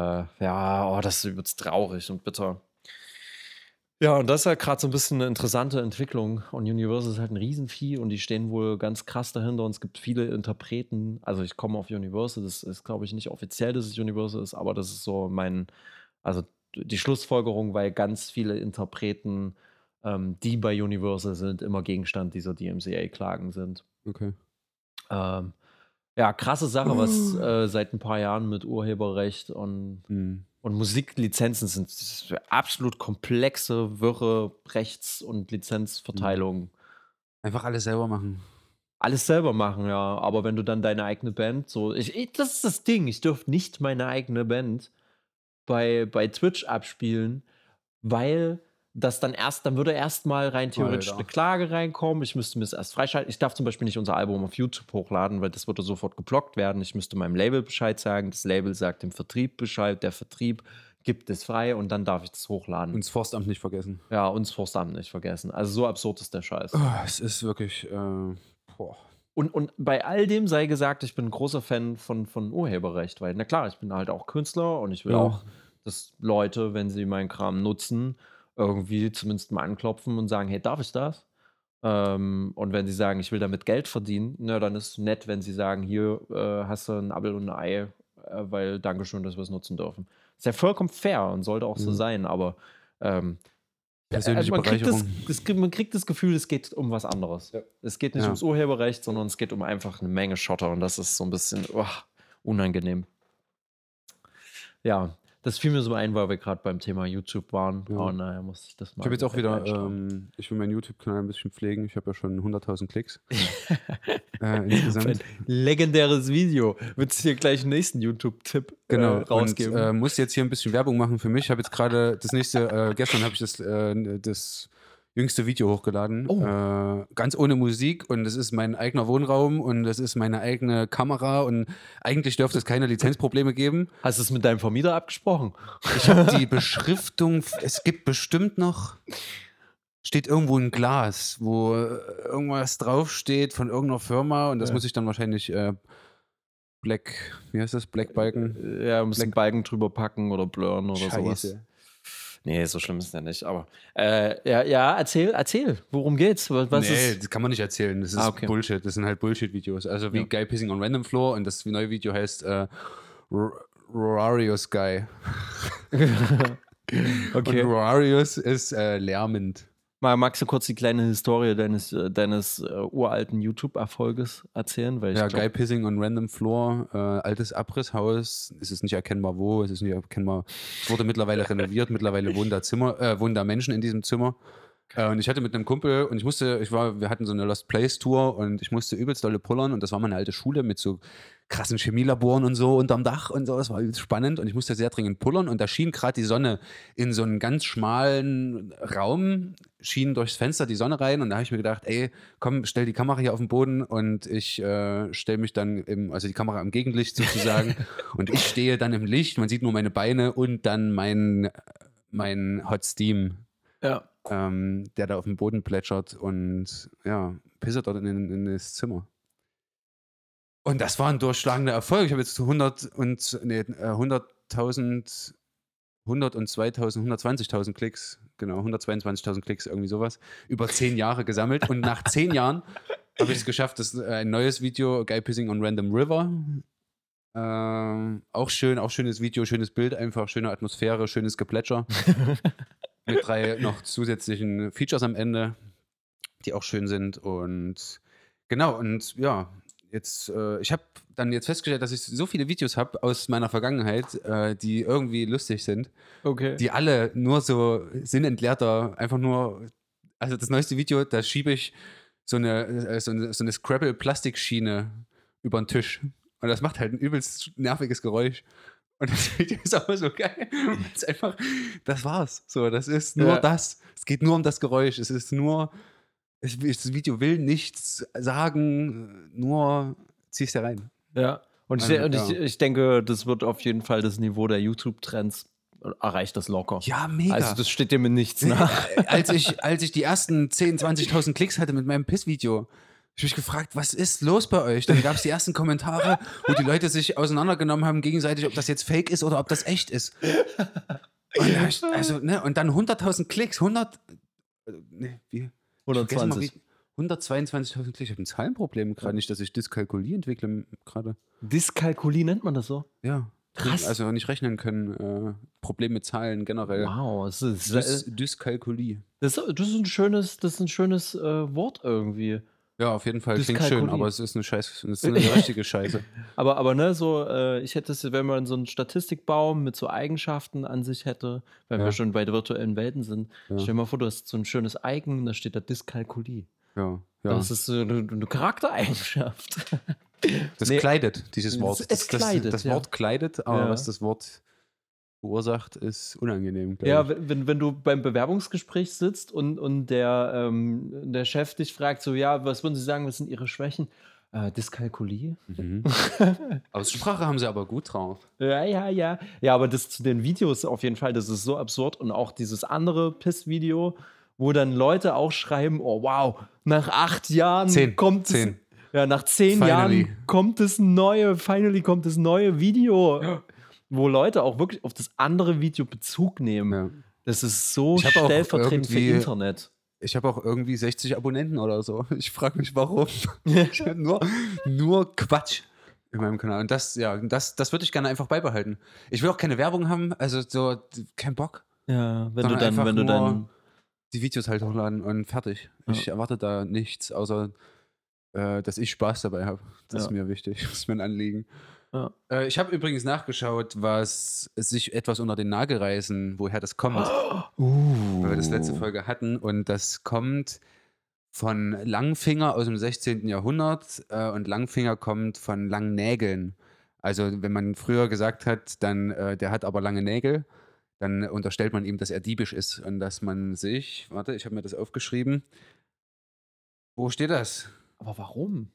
A: ja, oh, das ist übelst traurig und bitter. Ja, und das ist halt gerade so ein bisschen eine interessante Entwicklung. Und Universal ist halt ein Riesenvieh und die stehen wohl ganz krass dahinter und es gibt viele Interpreten. Also ich komme auf Universal, das ist, glaube ich, nicht offiziell, dass es Universal ist, aber das ist so also die Schlussfolgerung, weil ganz viele Interpreten, die bei Universal sind, immer Gegenstand dieser DMCA-Klagen sind.
B: Okay.
A: Ähm, ja, krasse Sache, was seit ein paar Jahren mit Urheberrecht
B: Mhm.
A: und Musiklizenzen sind. Das ist absolut komplexe, wirre Rechts- und Lizenzverteilung.
B: Einfach alles selber machen.
A: Alles selber machen, ja. Aber wenn du dann deine eigene Band so. Das ist das Ding. Ich dürfte nicht meine eigene Band bei Twitch abspielen, weil dann würde erst mal rein theoretisch
B: Alter.
A: eine Klage reinkommen. Ich müsste mir es erst freischalten. Ich darf zum Beispiel nicht unser Album auf YouTube hochladen, weil das würde sofort geblockt werden. Ich müsste meinem Label Bescheid sagen. Das Label sagt dem Vertrieb Bescheid. Der Vertrieb gibt es frei und dann darf ich das hochladen.
B: Und das Forstamt nicht vergessen.
A: Ja, uns Forstamt nicht vergessen. Also so absurd ist der Scheiß.
B: Es ist wirklich, boah.
A: Und bei all dem sei gesagt, ich bin ein großer Fan von Urheberrecht, weil, na klar, ich bin halt auch Künstler und ich will
B: Ja.
A: auch, dass Leute, wenn sie meinen Kram nutzen, irgendwie zumindest mal anklopfen und sagen, hey, darf ich das? Und wenn sie sagen, ich will damit Geld verdienen, na, dann ist es nett, wenn sie sagen, hier hast du ein Apfel und ein Ei, weil Dankeschön, dass wir es nutzen dürfen. Ist ja vollkommen fair und sollte auch so
B: Ja.
A: sein, aber
B: Persönliche
A: man kriegt
B: Bereicherung.
A: man kriegt das Gefühl, es geht um was anderes.
B: Ja.
A: Es geht nicht
B: Ja.
A: ums Urheberrecht, sondern es geht um einfach eine Menge Schotter und das ist so ein bisschen unangenehm. Ja, das fiel mir so ein, weil wir gerade beim Thema YouTube waren.
B: Ja.
A: Oh, naja, muss ich das mal.
B: Ich habe jetzt auch wieder,
A: einstellen.
B: ich will meinen YouTube-Kanal ein bisschen pflegen. Ich habe ja schon 100.000 Klicks insgesamt.
A: Ein legendäres Video. Willst du hier gleich einen nächsten YouTube-Tipp
B: Genau,
A: rausgeben?
B: und muss jetzt hier ein bisschen Werbung machen für mich. Ich habe jetzt gerade gestern habe ich das jüngste Video hochgeladen.
A: Oh.
B: Ganz ohne Musik und es ist mein eigener Wohnraum und es ist meine eigene Kamera und eigentlich dürfte es keine Lizenzprobleme geben.
A: Hast du es mit deinem Vermieter abgesprochen?
B: Ich habe die Beschriftung, es gibt bestimmt noch, steht irgendwo ein Glas, wo irgendwas draufsteht von irgendeiner Firma und das muss ich dann wahrscheinlich wie heißt das? Black Balken?
A: Ja, ein bisschen Balken drüber packen oder blurren oder sowas.
B: Scheiße.
A: Nee, so schlimm ist es ja nicht, aber ja, erzähl, worum geht's? Was
B: Nee,
A: ist.
B: das kann man nicht erzählen. Das ist
A: Okay.
B: Bullshit. Das sind halt Bullshit-Videos. Also wie
A: Ja.
B: Guy Pissing on Random Floor und das neue Video heißt Rorarius Guy. Und
A: Okay.
B: Rorarius ist lärmend.
A: Magst du kurz die kleine Historie deines uralten YouTube-Erfolges erzählen? Weil ich
B: Ja,
A: glaub,
B: Guy Pissing on Random Floor, altes Abrisshaus. Es ist nicht erkennbar wo, es ist nicht erkennbar. Es wurde mittlerweile renoviert, mittlerweile wohnen da Menschen in diesem Zimmer. Und ich hatte mit einem Kumpel und wir hatten so eine Lost Place Tour und ich musste übelst dolle pullern und das war meine alte Schule mit so krassen Chemielaboren und so unterm Dach und so. Das war übelst spannend und ich musste sehr dringend pullern und da schien gerade die Sonne in so einen ganz schmalen Raum, schien durchs Fenster die Sonne rein und da habe ich mir gedacht, ey, komm, stell die Kamera hier auf den Boden und ich stelle mich dann also die Kamera im Gegenlicht sozusagen und ich stehe dann im Licht, man sieht nur meine Beine und dann mein Hot Steam.
A: ja.
B: Der da auf dem Boden plätschert und ja, pisst dort in das Zimmer. Und das war ein durchschlagender Erfolg. Ich habe jetzt 100.000, 100 und 2.000, 120.000 Klicks, genau, 122.000 Klicks, irgendwie sowas, über 10 Jahre gesammelt. Und nach 10 Jahren habe ich es geschafft, dass ein neues Video, Guy Pissing on Random River, auch schönes Video, schönes Bild, einfach schöne Atmosphäre, schönes Geplätscher. Mit 3 noch zusätzlichen Features am Ende, die auch schön sind. Und genau, und ja, ich habe dann jetzt festgestellt, dass ich so viele Videos habe aus meiner Vergangenheit, die irgendwie lustig sind,
A: Okay.
B: die alle nur so sinnentleerter, einfach nur, also das neueste Video, da schiebe ich so eine Scrabble-Plastikschiene über den Tisch. Und das macht halt ein übelst nerviges Geräusch. Und das Video ist aber so geil. Es ist einfach, das war's. So, das ist nur
A: Ja.
B: das. Es geht nur um das Geräusch. Es ist nur, das Video will nichts sagen, nur ziehst da rein.
A: Ja. Und ich denke, das wird auf jeden Fall das Niveau der YouTube-Trends erreicht das locker.
B: Ja, mega.
A: Also das steht dir mit nichts nach.
B: Als ich die ersten 10.000, 20.000 Klicks hatte mit meinem Pissvideo, habe ich mich gefragt, was ist los bei euch? Dann gab es die ersten Kommentare, wo die Leute sich auseinandergenommen haben gegenseitig, ob das jetzt fake ist oder ob das echt ist. Und und dann 100.000 Klicks, 122.000 Klicks. Ich habe ein Zahlenproblem gerade, nicht, dass ich Dyskalkulie entwickle gerade.
A: Dyskalkulie nennt man das so?
B: Ja.
A: Krass.
B: Also nicht rechnen können. Problem mit Zahlen generell.
A: Wow, das ist
B: Dyskalkulie.
A: Das ist ein schönes Wort irgendwie.
B: Ja, auf jeden Fall. Klingt
A: Dyskalkulie.
B: schön, aber es ist eine Scheiße. Es ist eine richtige Scheiße.
A: Aber ne, so, ich hätte es, wenn man so einen Statistikbaum mit so Eigenschaften an sich hätte, wenn
B: Ja.
A: wir schon bei der virtuellen Welten sind,
B: Ja.
A: stell dir mal vor, du hast so ein schönes Icon und da steht da Dyskalkulie.
B: Ja.
A: Das ist so eine Charaktereigenschaft.
B: Das
A: Nee.
B: kleidet, dieses Wort.
A: Es kleidet,
B: das
A: ja.
B: Wort kleidet, aber
A: Ja.
B: was das Wort verursacht, ist unangenehm,
A: Ja,
B: glaube ich.
A: wenn du beim Bewerbungsgespräch sitzt und der Chef dich fragt, so, ja, was würden Sie sagen, was sind Ihre Schwächen? Dyskalkulie?
B: Mhm. Aussprache haben sie aber gut drauf.
A: Ja. Ja, aber das zu den Videos auf jeden Fall, das ist so absurd. Und auch dieses andere Piss-Video, wo dann Leute auch schreiben, oh wow, nach 8 Jahren
B: 10.
A: kommt es.
B: 10.
A: Ja, nach 10
B: Finally.
A: Jahren kommt das neue Video, wo Leute auch wirklich auf das andere Video Bezug nehmen.
B: Ja.
A: Das ist so
B: Ich hab auch
A: stellvertretend für
B: irgendwie-
A: Internet.
B: Ich habe auch irgendwie 60 Abonnenten oder so. Ich frage mich, warum. Ich hab nur Quatsch in meinem Kanal. Und das würde ich gerne einfach beibehalten. Ich will auch keine Werbung haben, also so, kein Bock.
A: Ja, wenn
B: Sondern
A: du
B: einfach
A: dann
B: nur die Videos halt hochladen und fertig.
A: Ja.
B: Ich erwarte da nichts, außer dass ich Spaß dabei habe. Das ist
A: Ja.
B: mir wichtig. Das ist mir ein Anliegen.
A: Ja.
B: Ich habe übrigens nachgeschaut, was sich etwas unter den Nagel reißen, woher das kommt, weil wir das letzte Folge hatten. Und das kommt von Langfinger aus dem 16. Jahrhundert und Langfinger kommt von langen Nägeln. Also wenn man früher gesagt hat, dann der hat aber lange Nägel, dann unterstellt man ihm, dass er diebisch ist und dass man sich, warte, ich habe mir das aufgeschrieben. Wo steht das?
A: Aber warum?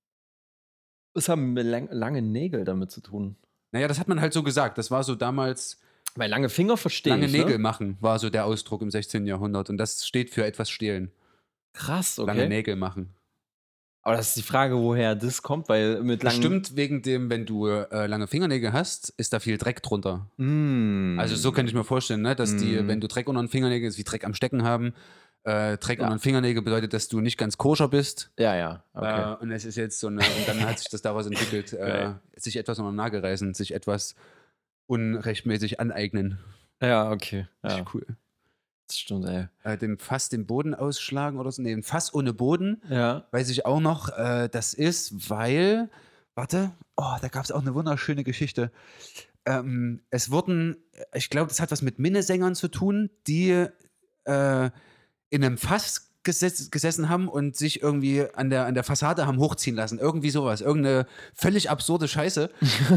A: Was haben lange Nägel damit zu tun?
B: Naja, das hat man halt so gesagt. Das war so damals,
A: Weil lange Finger verstehe
B: lange
A: ich,
B: Nägel
A: ne?
B: machen, war so der Ausdruck im 16. Jahrhundert. Und das steht für etwas stehlen.
A: Krass, okay.
B: Lange Nägel machen.
A: Aber das ist die Frage, woher das kommt, weil mit langen...
B: Bestimmt wegen dem, wenn du lange Fingernägel hast, ist da viel Dreck drunter. Also so kann ich mir vorstellen, ne, dass wenn du Dreck unter den Fingernägeln, ist wie Dreck am Stecken haben, Dreck unter den Fingernägeln bedeutet, dass du nicht ganz koscher bist.
A: Ja, okay.
B: Und es ist jetzt so eine, und dann hat sich das daraus entwickelt, sich etwas unter den Nagel reißen, sich etwas unrechtmäßig aneignen.
A: Ja, okay. Ja,
B: Cool.
A: das stimmt, ey.
B: Dem Fass den Boden ausschlagen oder so. Nee, ein Fass ohne Boden,
A: Ja.
B: weiß ich auch noch. Das ist, weil, warte, da gab es auch eine wunderschöne Geschichte. Es wurden, ich glaube, das hat was mit Minnesängern zu tun, die in einem Fass gesessen haben und sich irgendwie an der Fassade haben hochziehen lassen. Irgendwie sowas. Irgendeine völlig absurde Scheiße.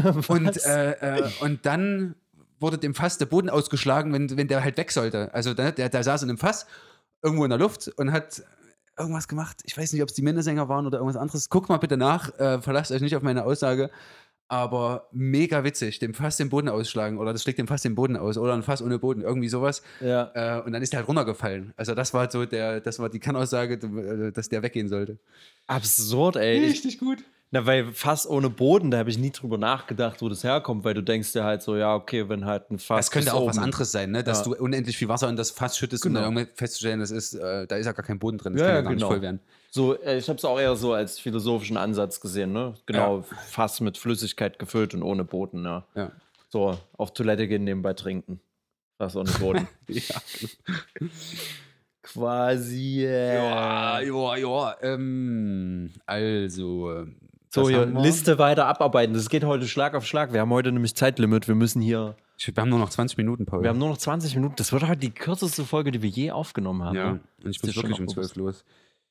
B: Und dann wurde dem Fass der Boden ausgeschlagen, wenn der halt weg sollte. Also der saß in einem Fass irgendwo in der Luft und hat irgendwas gemacht. Ich weiß nicht, ob es die Minnesänger waren oder irgendwas anderes. Guckt mal bitte nach. Verlasst euch nicht auf meine Aussage. Aber mega witzig, dem Fass den Boden ausschlagen oder das schlägt dem Fass den Boden aus oder ein Fass ohne Boden, irgendwie sowas.
A: Ja.
B: Und dann ist der halt runtergefallen. Also das war so das war die Kernaussage, dass der weggehen sollte.
A: Absurd, ey.
B: Richtig gut.
A: Na, weil Fass ohne Boden, da habe ich nie drüber nachgedacht, wo das herkommt, weil du denkst dir halt so, ja, okay, wenn halt ein Fass...
B: Das könnte auch was anderes sein, ne? Dass
A: Ja.
B: du unendlich viel Wasser in das Fass schüttest, um
A: Genau.
B: dann irgendwie festzustellen, da ist ja gar kein Boden drin, das
A: Ja,
B: kann
A: ja,
B: ja gar nicht
A: genau.
B: voll werden.
A: So, ich habe es auch eher so als philosophischen Ansatz gesehen, ne? Genau, Fass mit Flüssigkeit gefüllt und ohne Boden, ja.
B: Ja.
A: So, auf Toilette gehen, nebenbei trinken. Fass ohne Boden.
B: Ja.
A: Quasi.
B: Ja. Also.
A: So,
B: was
A: hier,
B: haben wir?
A: Liste weiter abarbeiten. Das geht heute Schlag auf Schlag. Wir haben heute nämlich Zeitlimit. Wir müssen hier.
B: Wir haben nur noch 20 Minuten, Paul.
A: Wir haben nur noch 20 Minuten. Das wird heute die kürzeste Folge, die wir je aufgenommen haben.
B: Ja,
A: Ne?
B: und ich
A: Ist
B: muss
A: dir
B: wirklich
A: schon
B: um
A: auch
B: 12 los.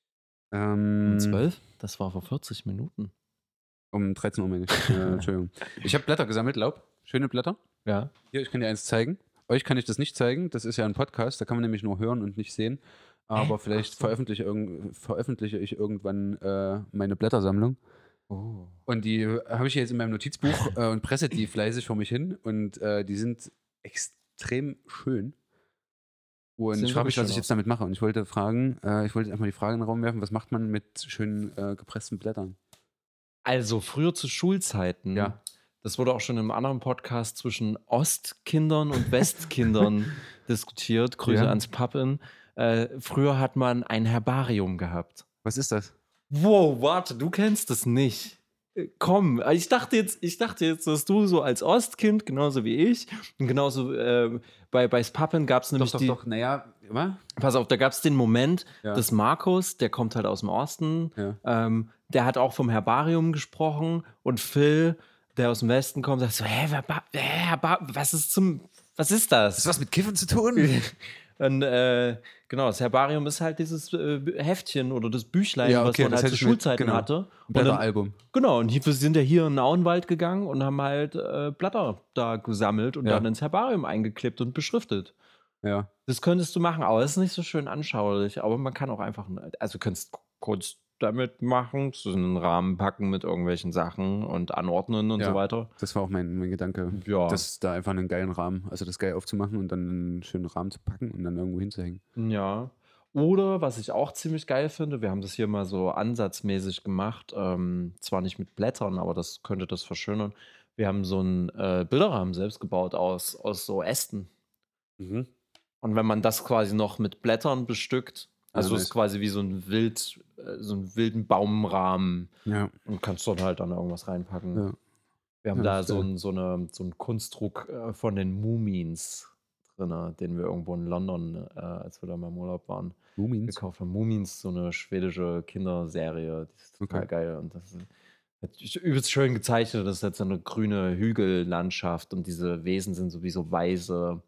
A: Um 12? Das war vor 40 Minuten.
B: Um 13 Uhr meine ich. Entschuldigung. Ich habe Blätter gesammelt, Laub. Schöne Blätter.
A: Ja.
B: Hier, ich kann dir eins zeigen. Euch kann ich das nicht zeigen. Das ist ja ein Podcast. Da kann man nämlich nur hören und nicht sehen. Aber vielleicht veröffentliche ich irgendwann meine Blättersammlung.
A: Oh.
B: Und die habe ich jetzt in meinem Notizbuch und presse die fleißig vor mich hin. Und die sind extrem schön. Und
A: Sehen
B: ich frage mich,
A: wirklich
B: was ich
A: schön
B: jetzt damit mache. Und ich wollte einfach die Frage in den Raum werfen, was macht man mit schönen gepressten Blättern?
A: Also, früher zu Schulzeiten.
B: Ja.
A: Das wurde auch schon im anderen Podcast zwischen Ostkindern und Westkindern diskutiert. Grüße
B: Ja.
A: ans Pappen. Früher hat man ein Herbarium gehabt.
B: Was ist das?
A: Wow, warte, du kennst das nicht. Komm, ich dachte jetzt, dass du so als Ostkind, genauso wie ich, und genauso bei Spappen gab es nämlich
B: naja, was?
A: Pass auf, da gab es den Moment,
B: Ja.
A: dass Markus, der kommt halt aus dem Osten,
B: Ja.
A: der hat auch vom Herbarium gesprochen und Phil, der aus dem Westen kommt, sagt so, was ist das?
B: Hat das was mit Kiffen zu tun?
A: Und genau, das Herbarium ist halt dieses Heftchen oder das Büchlein,
B: Ja,
A: was
B: okay,
A: man
B: das
A: halt
B: hätte
A: zu
B: ich
A: Schulzeiten
B: genau.
A: hatte.
B: Ein
A: Und dann,
B: Blätteralbum.
A: genau, und wir sind ja hier in den Auenwald gegangen und haben halt Blätter da gesammelt und
B: Ja.
A: dann ins Herbarium eingeklebt und beschriftet.
B: Ja.
A: Das könntest du machen, aber es ist nicht so schön anschaulich. Aber man kann auch einfach, also du kannst Kunst damit machen, so einen Rahmen packen mit irgendwelchen Sachen und anordnen und
B: Ja.
A: so weiter.
B: Das war auch mein Gedanke.
A: Ja.
B: Das da einfach einen geilen Rahmen, also das geil aufzumachen und dann einen schönen Rahmen zu packen und dann irgendwo hinzuhängen.
A: Ja. Oder, was ich auch ziemlich geil finde, wir haben das hier mal so ansatzmäßig gemacht, zwar nicht mit Blättern, aber das könnte das verschönern. Wir haben so einen Bilderrahmen selbst gebaut aus so Ästen.
B: Mhm.
A: Und wenn man das quasi noch mit Blättern bestückt, also
B: nice.
A: ist quasi wie so einen wilden Baumrahmen
B: Ja.
A: und kannst dort halt dann irgendwas reinpacken.
B: Ja.
A: Wir haben
B: Ja,
A: da
B: ist
A: so
B: geil.
A: einen Kunstdruck von den Mumins drin, den wir irgendwo in London, als wir da mal im Urlaub waren,
B: Mumins.
A: gekauft haben. Mumins, so eine schwedische Kinderserie, die ist total
B: Okay.
A: geil und das ist übelst schön gezeichnet. Das ist jetzt so eine grüne Hügellandschaft und diese Wesen sind sowieso weiße.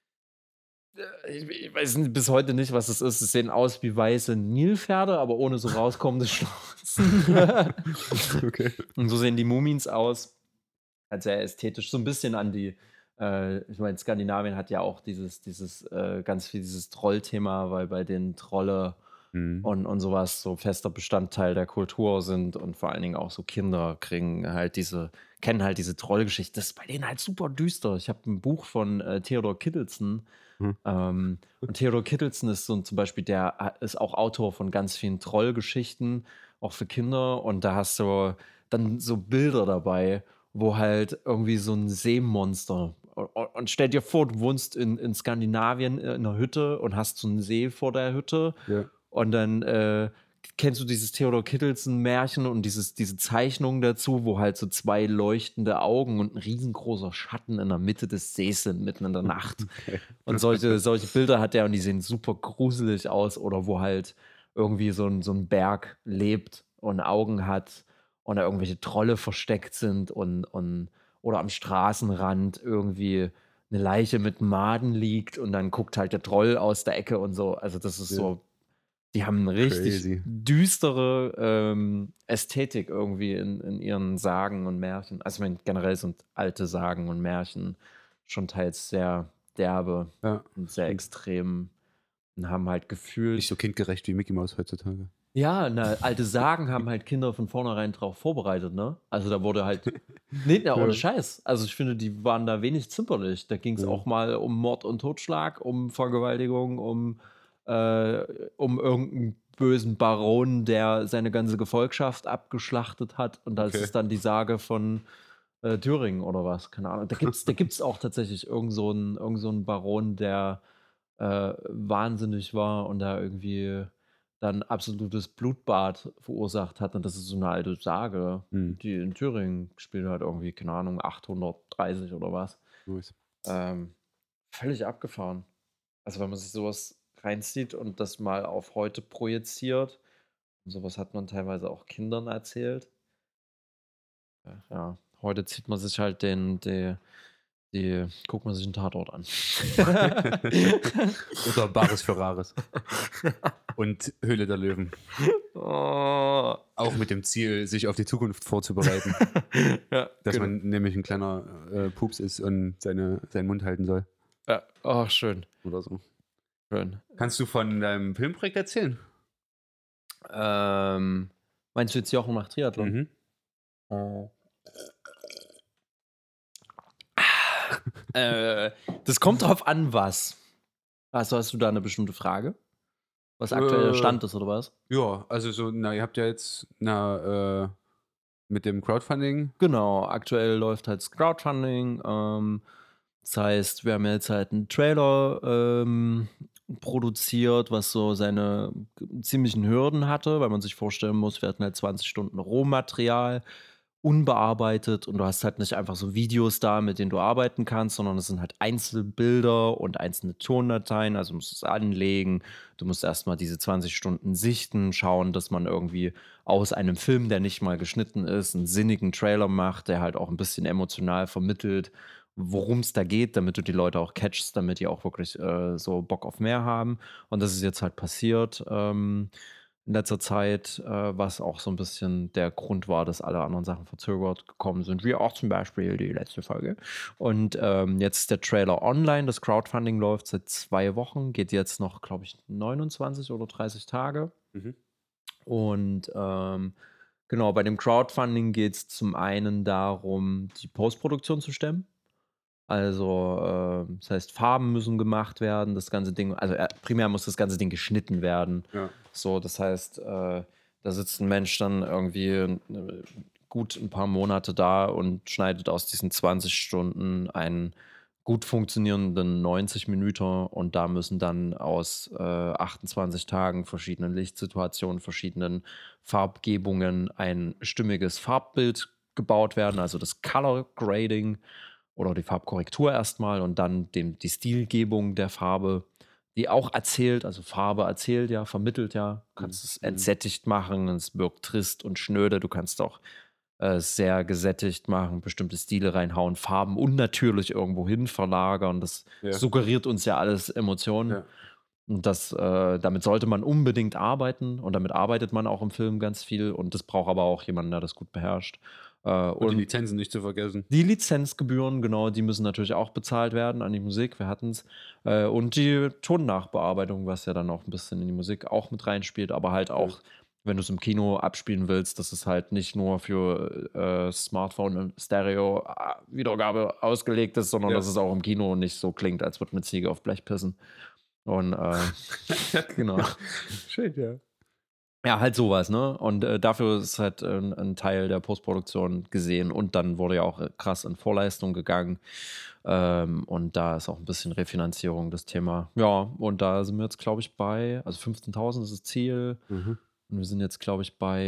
A: Ich weiß bis heute nicht, was es ist. Es sehen aus wie weiße Nilpferde, aber ohne so rauskommende Schnauzen.
B: Okay.
A: Und so sehen die Mumins aus. Halt sehr ästhetisch. So ein bisschen an die, ich meine, Skandinavien hat ja auch dieses ganz viel dieses Trollthema, weil bei den Trolle
B: Mhm.
A: und sowas so fester Bestandteil der Kultur sind und vor allen Dingen auch so Kinder kriegen halt diese kennen halt diese Trollgeschichte. Das ist bei denen halt super düster. Ich habe ein Buch von Theodor Kittelsen.
B: Hm.
A: Und Theodor Kittelsen ist so zum Beispiel, ist auch Autor von ganz vielen Trollgeschichten, auch für Kinder. Und da hast du dann so Bilder dabei, wo halt irgendwie so ein Seemonster. Und stell dir vor, du wohnst in Skandinavien in einer Hütte und hast so einen See vor der Hütte.
B: Ja.
A: Und dann kennst du dieses Theodor Kittelsen-Märchen und diese Zeichnung dazu, wo halt so zwei leuchtende Augen und ein riesengroßer Schatten in der Mitte des Sees sind, mitten in der Nacht.
B: Okay.
A: Und solche Bilder hat er und die sehen super gruselig aus. Oder wo halt irgendwie so ein Berg lebt und Augen hat und da irgendwelche Trolle versteckt sind oder am Straßenrand irgendwie eine Leiche mit Maden liegt und dann guckt halt der Troll aus der Ecke und so. Also das ist
B: Ja.
A: so, die haben eine richtig
B: Crazy.
A: düstere Ästhetik irgendwie in ihren Sagen und Märchen. Also ich meine, generell sind alte Sagen und Märchen schon teils sehr derbe
B: Ja.
A: und sehr extrem und haben halt gefühlt.
B: Nicht so kindgerecht wie Mickey Mouse heutzutage.
A: Ja, alte Sagen haben halt Kinder von vornherein drauf vorbereitet, ne? Also da wurde halt. Nee, ohne
B: Ja.
A: Scheiß. Also ich finde, die waren da wenig zimperlich. Da ging es
B: Ja.
A: auch mal um Mord und Totschlag, um Vergewaltigung, um irgendeinen bösen Baron, der seine ganze Gefolgschaft abgeschlachtet hat. Und da ist
B: Okay.
A: es dann die Sage von Thüringen oder was, keine Ahnung. Da gibt's auch tatsächlich irgend so einen Baron, der wahnsinnig war und da irgendwie dann absolutes Blutbad verursacht hat. Und das ist so eine alte Sage,
B: Hm.
A: die in Thüringen gespielt hat, irgendwie, keine Ahnung, 830 oder was.
B: Nice.
A: Völlig abgefahren. Also wenn man sich sowas reinzieht und das mal auf heute projiziert, und sowas hat man teilweise auch Kindern erzählt. Ja, heute zieht man sich halt guckt man sich einen Tatort an.
B: Oder Bares für Rares. Und Höhle der Löwen.
A: Oh.
B: Auch mit dem Ziel, sich auf die Zukunft vorzubereiten.
A: Ja,
B: Dass
A: genau.
B: man nämlich ein kleiner Pups ist und seinen Mund halten soll.
A: Ja, oh, schön.
B: Oder so.
A: Schön.
B: Kannst du von deinem Filmprojekt erzählen?
A: Meinst du jetzt Jochen macht Triathlon?
B: Mhm.
A: Das kommt drauf an, was. Also hast du da eine bestimmte Frage? Was aktuell der Stand ist, oder was?
B: Ja, also so, ihr habt ja jetzt mit dem Crowdfunding.
A: Genau, aktuell läuft halt das Crowdfunding. Das heißt, wir haben jetzt halt einen Trailer produziert, was so seine ziemlichen Hürden hatte, weil man sich vorstellen muss, wir hatten halt 20 Stunden Rohmaterial, unbearbeitet und du hast halt nicht einfach so Videos da, mit denen du arbeiten kannst, sondern es sind halt Einzelbilder und einzelne Tondateien, also du musst es anlegen, du musst erstmal diese 20 Stunden sichten, schauen, dass man irgendwie aus einem Film, der nicht mal geschnitten ist, einen sinnigen Trailer macht, der halt auch ein bisschen emotional vermittelt, worum es da geht, damit du die Leute auch catchst, damit die auch wirklich so Bock auf mehr haben. Und das ist jetzt halt passiert in letzter Zeit, was auch so ein bisschen der Grund war, dass alle anderen Sachen verzögert gekommen sind, wie auch zum Beispiel die letzte Folge. Und jetzt ist der Trailer online, das Crowdfunding läuft seit 2 Wochen, geht jetzt noch, glaube ich, 29 oder 30 Tage.
B: Mhm.
A: Und genau, bei dem Crowdfunding geht es zum einen darum, die Postproduktion zu stemmen. Also, das heißt, Farben müssen gemacht werden, das ganze Ding, also primär muss das ganze Ding geschnitten werden.
B: Ja.
A: So, das heißt, da sitzt ein Mensch dann irgendwie gut ein paar Monate da und schneidet aus diesen 20 Stunden einen gut funktionierenden 90 Minuten und da müssen dann aus 28 Tagen, verschiedenen Lichtsituationen, verschiedenen Farbgebungen ein stimmiges Farbbild gebaut werden, also das Color Grading oder die Farbkorrektur erstmal und dann die Stilgebung der Farbe, die auch erzählt, also Farbe erzählt ja, vermittelt ja, du kannst es entsättigt machen, es wirkt trist und schnöde, du kannst auch sehr gesättigt machen, bestimmte Stile reinhauen, Farben unnatürlich irgendwo hin verlagern, das suggeriert uns ja alles Emotionen.
B: Ja.
A: Und damit sollte man unbedingt arbeiten und damit arbeitet man auch im Film ganz viel und das braucht aber auch jemanden, der das gut beherrscht.
B: Und die Lizenzen nicht zu vergessen.
A: Die Lizenzgebühren, genau, die müssen natürlich auch bezahlt werden an die Musik, wir hatten es. Und die Tonnachbearbeitung, was ja dann auch ein bisschen in die Musik auch mit reinspielt, aber halt auch wenn du es im Kino abspielen willst, dass es halt nicht nur für Smartphone und Stereo-Wiedergabe ausgelegt ist, sondern
B: Ja.
A: dass es auch im Kino nicht so klingt, als würde eine Ziege auf Blech pissen. Und genau.
B: Schön, ja.
A: Ja, halt sowas, ne? Und dafür ist halt ein Teil der Postproduktion gesehen und dann wurde ja auch krass in Vorleistung gegangen. Und da ist auch ein bisschen Refinanzierung das Thema. Ja, und da sind wir jetzt, glaube ich, also 15.000 ist das Ziel.
B: Mhm.
A: Und wir sind jetzt, glaube ich, bei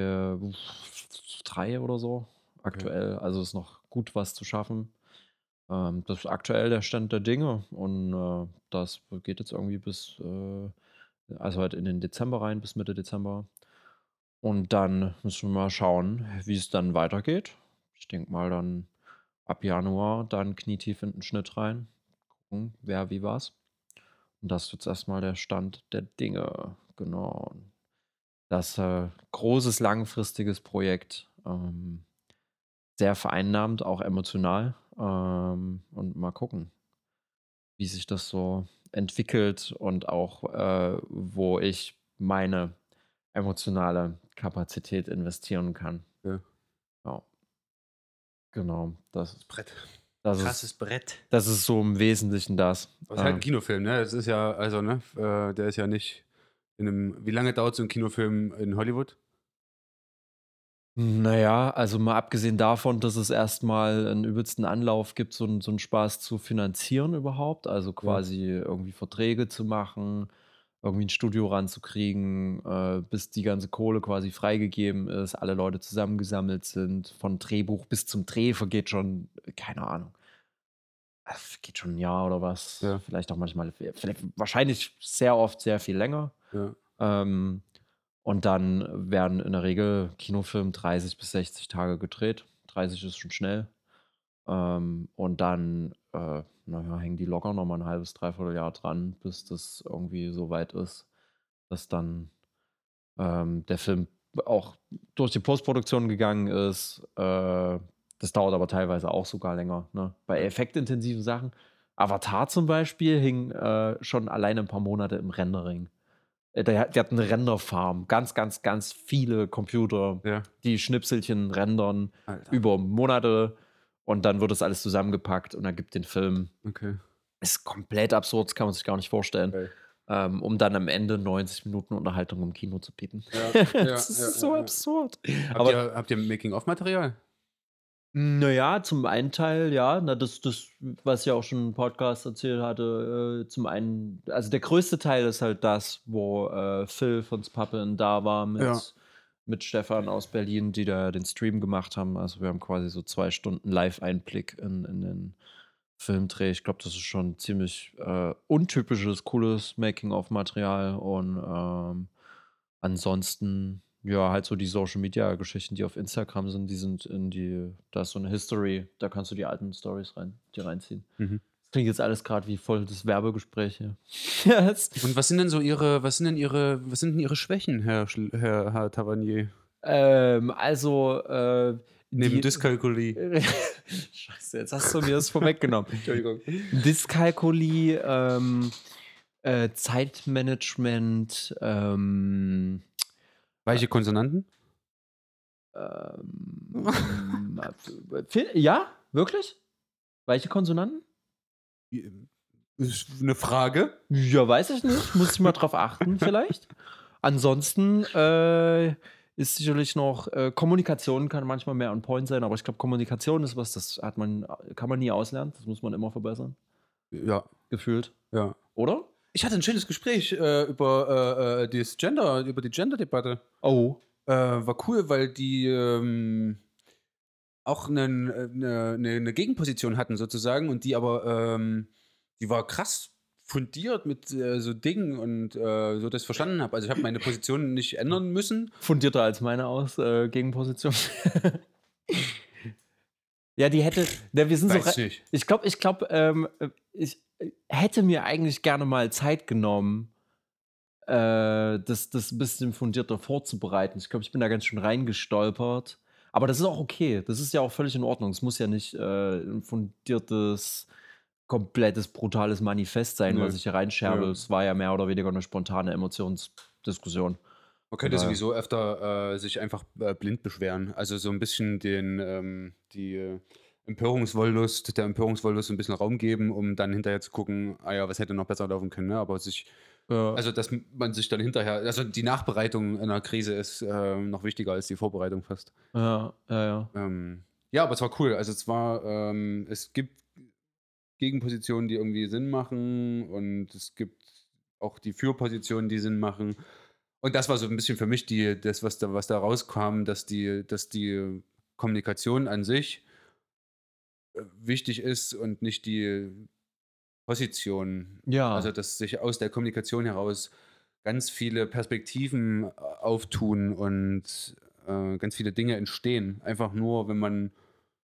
A: 3 oder so aktuell. Also ist noch gut was zu schaffen. Das ist aktuell der Stand der Dinge und das geht jetzt irgendwie also halt in den Dezember rein, bis Mitte Dezember. Und dann müssen wir mal schauen, wie es dann weitergeht. Ich denke mal dann ab Januar dann knietief in den Schnitt rein. Gucken, wer wie war's. Und das ist jetzt erstmal der Stand der Dinge. Genau. Das großes, langfristiges Projekt. Sehr vereinnahmend, auch emotional. Und mal gucken, wie sich das so entwickelt und auch wo ich meine emotionale Kapazität investieren kann.
B: Ja.
A: Ja, genau.
B: Brett.
A: Das
B: Krasses Brett.
A: das ist so im Wesentlichen das.
B: Das ist halt ein Kinofilm, ne? Das ist ja, also, ne, der ist ja nicht in einem. Wie lange dauert so ein Kinofilm in Hollywood?
A: Naja, also mal abgesehen davon, dass es erstmal einen übelsten Anlauf gibt, so 'n Spaß zu finanzieren überhaupt, also
B: Ja.
A: quasi irgendwie Verträge zu machen, irgendwie ein Studio ranzukriegen, bis die ganze Kohle quasi freigegeben ist, alle Leute zusammengesammelt sind. Von Drehbuch bis zum Dreh vergeht schon, keine Ahnung, geht schon ein Jahr oder was,
B: Ja.
A: vielleicht auch manchmal vielleicht wahrscheinlich sehr oft sehr viel länger.
B: Ja.
A: Ähm, und dann werden in der Regel Kinofilm 30 bis 60 Tage gedreht. 30 ist schon schnell. Und dann, na ja, hängen die locker noch mal 'n halbes, 3 Jahr dran, bis das irgendwie so weit ist, dass dann, der Film auch durch die Postproduktion gegangen ist. Das dauert aber teilweise auch sogar länger, ne? Bei effektintensiven Sachen. Avatar zum Beispiel hing, schon alleine ein paar Monate im Rendering. Die hatten 'ne Renderfarm, ganz, ganz, ganz viele Computer,
B: Ja.
A: die Schnipselchen rendern
B: Alter.
A: über Monate und dann wird das alles zusammengepackt und ergibt den Film.
B: Okay.
A: Ist komplett absurd, das kann man sich gar nicht vorstellen,
B: Geil.
A: um dann am Ende 90 Minuten Unterhaltung im Kino zu bieten.
B: Ja,
A: Das
B: ja,
A: ist so
B: ja.
A: absurd.
B: Habt
A: Aber
B: ihr, Making-of-Material?
A: na ja, zum einen Teil, ja, das, was ich ja auch schon im Podcast erzählt hatte, zum einen, also der größte Teil ist halt das, wo Phil von Spappen da war
B: Ja.
A: mit Stefan aus Berlin, die da den Stream gemacht haben. Also wir haben quasi so 2 Stunden Live-Einblick in den Filmdreh. Ich glaube, das ist schon ziemlich untypisches, cooles Making-of-Material und ansonsten, ja, halt so die Social-Media-Geschichten, die auf Instagram sind, da ist so eine History, da kannst du die alten Stories dir reinziehen.
B: Mhm.
A: Das klingt jetzt alles gerade wie voll das Werbegespräch hier. Yes.
B: Und was sind denn Ihre Schwächen, Herr Tavernier?
A: Also,
B: Neben
A: die
B: Dyskalkulie.
A: Scheiße, jetzt hast du mir das vorweggenommen.
B: Entschuldigung.
A: Dyskalkulie, Zeitmanagement,
B: Weiche Konsonanten?
A: Ja, wirklich? Welche Konsonanten?
B: Ist eine Frage.
A: Ja, weiß ich nicht. Muss ich mal drauf achten, vielleicht. Ansonsten ist sicherlich noch Kommunikation kann manchmal mehr on point sein, aber ich glaube, Kommunikation ist was, kann man nie auslernen. Das muss man immer verbessern.
B: Ja,
A: Gefühlt.
B: ja.
A: Oder?
B: Ich hatte ein schönes Gespräch über die Gender-Debatte.
A: Oh.
B: War cool, weil die auch eine Gegenposition hatten sozusagen und die aber, die war krass fundiert mit so Dingen und so, dass ich verstanden habe. Also ich habe meine Position nicht ändern müssen.
A: Fundierter als meine Gegenposition. Ja, die hätte. Ne, wir sind
B: Weiß
A: so.
B: ich nicht.
A: Ich glaube, ich hätte mir eigentlich gerne mal Zeit genommen, das ein bisschen fundierter vorzubereiten. Ich glaube, ich bin da ganz schön reingestolpert. Aber das ist auch okay. Das ist ja auch völlig in Ordnung. Es muss ja nicht ein fundiertes, komplettes, brutales Manifest sein,
B: Nö.
A: was ich hier reinscherbe.
B: Ja.
A: Es war ja mehr oder weniger eine spontane Emotionsdiskussion.
B: Man
A: Von
B: könnte
A: daher.
B: sowieso öfter sich einfach blind beschweren. Also so ein bisschen der Empörungswollust so ein bisschen Raum geben, um dann hinterher zu gucken, ah ja, was hätte noch besser laufen können, ne? Aber
A: Ja,
B: also dass man sich dann hinterher, also die Nachbereitung einer Krise ist noch wichtiger als die Vorbereitung fast.
A: ja, ja, ja.
B: Ja, aber es war cool. Also es gibt Gegenpositionen, die irgendwie Sinn machen und es gibt auch die Für-Positionen, die Sinn machen. Und das war so ein bisschen für mich was da rauskam, dass die Kommunikation an sich wichtig ist und nicht die Position. Also,
A: Ja,
B: dass sich aus der Kommunikation heraus ganz viele Perspektiven auftun und ganz viele Dinge entstehen. Einfach nur, wenn man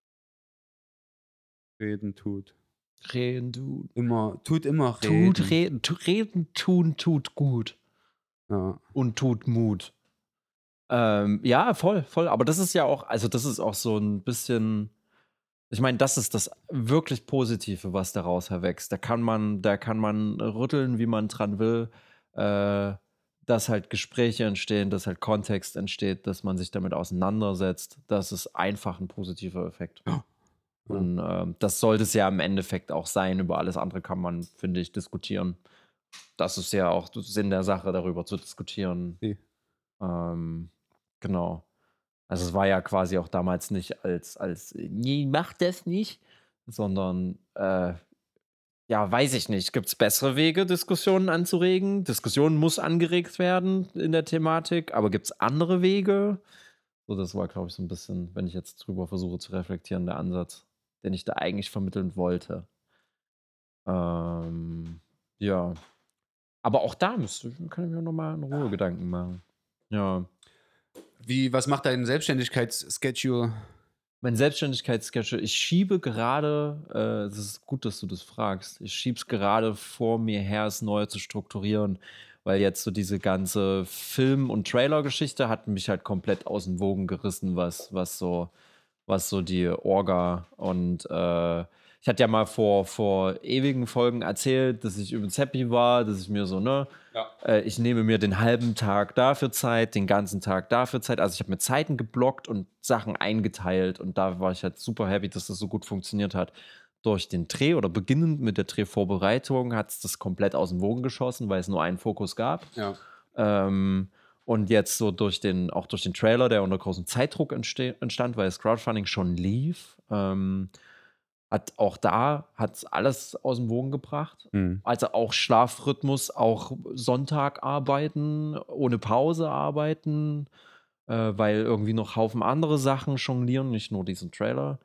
B: reden tut.
A: reden tut.
B: Immer reden.
A: Reden tun tut gut
B: Ja.
A: und tut Mut. Ja, voll, voll. Aber das ist ja auch, also das ist auch so ein bisschen, ich meine, das ist das wirklich Positive, was daraus erwächst. Da kann man rütteln, wie man dran will, äh, dass halt Gespräche entstehen, dass halt Kontext entsteht, dass man sich damit auseinandersetzt. Das ist einfach ein positiver Effekt.
B: Ja.
A: Und das sollte es ja im Endeffekt auch sein. Über alles andere kann man, finde ich, diskutieren. Das ist ja auch Sinn der Sache, darüber zu diskutieren.
B: Ne.
A: Ähm, genau. Also es war ja quasi auch damals nicht nee, mach das nicht, sondern ja, weiß ich nicht. Gibt es bessere Wege, Diskussionen anzuregen? Diskussionen muss angeregt werden in der Thematik, aber gibt es andere Wege? So, das war, glaube ich, so ein bisschen, wenn ich jetzt drüber versuche zu reflektieren, der Ansatz, den ich da eigentlich vermitteln wollte. Ähm, ja. Aber auch da kann ich mir noch mal in Ruhe Gedanken machen. Ja.
B: Was macht dein Selbstständigkeitsschedule?
A: Mein Selbstständigkeitsschedule, ich schiebe gerade, es ist gut, dass du das fragst, ich schiebe es gerade vor mir her, es neu zu strukturieren, weil jetzt so diese ganze Film- und Trailer-Geschichte hat mich halt komplett aus den Wogen gerissen, was so die Orga und ich hatte ja mal vor ewigen Folgen erzählt, dass ich übelst happy war, dass ich mir so, ne,
B: Ja.
A: ich nehme mir den halben Tag dafür Zeit, den ganzen Tag dafür Zeit. Also ich habe mir Zeiten geblockt und Sachen eingeteilt und da war ich halt super happy, dass das so gut funktioniert hat. Durch den Dreh oder beginnend mit der Drehvorbereitung hat es das komplett aus dem Wogen geschossen, weil es nur einen Fokus gab.
B: Ja.
A: Ähm, und jetzt so auch durch den Trailer, der unter großem Zeitdruck entstand, weil das Crowdfunding schon lief, hat alles aus dem Wogen gebracht.
B: Mhm.
A: Also auch Schlafrhythmus, auch Sonntag arbeiten, ohne Pause arbeiten, weil irgendwie noch Haufen andere Sachen jonglieren, nicht nur diesen Trailer.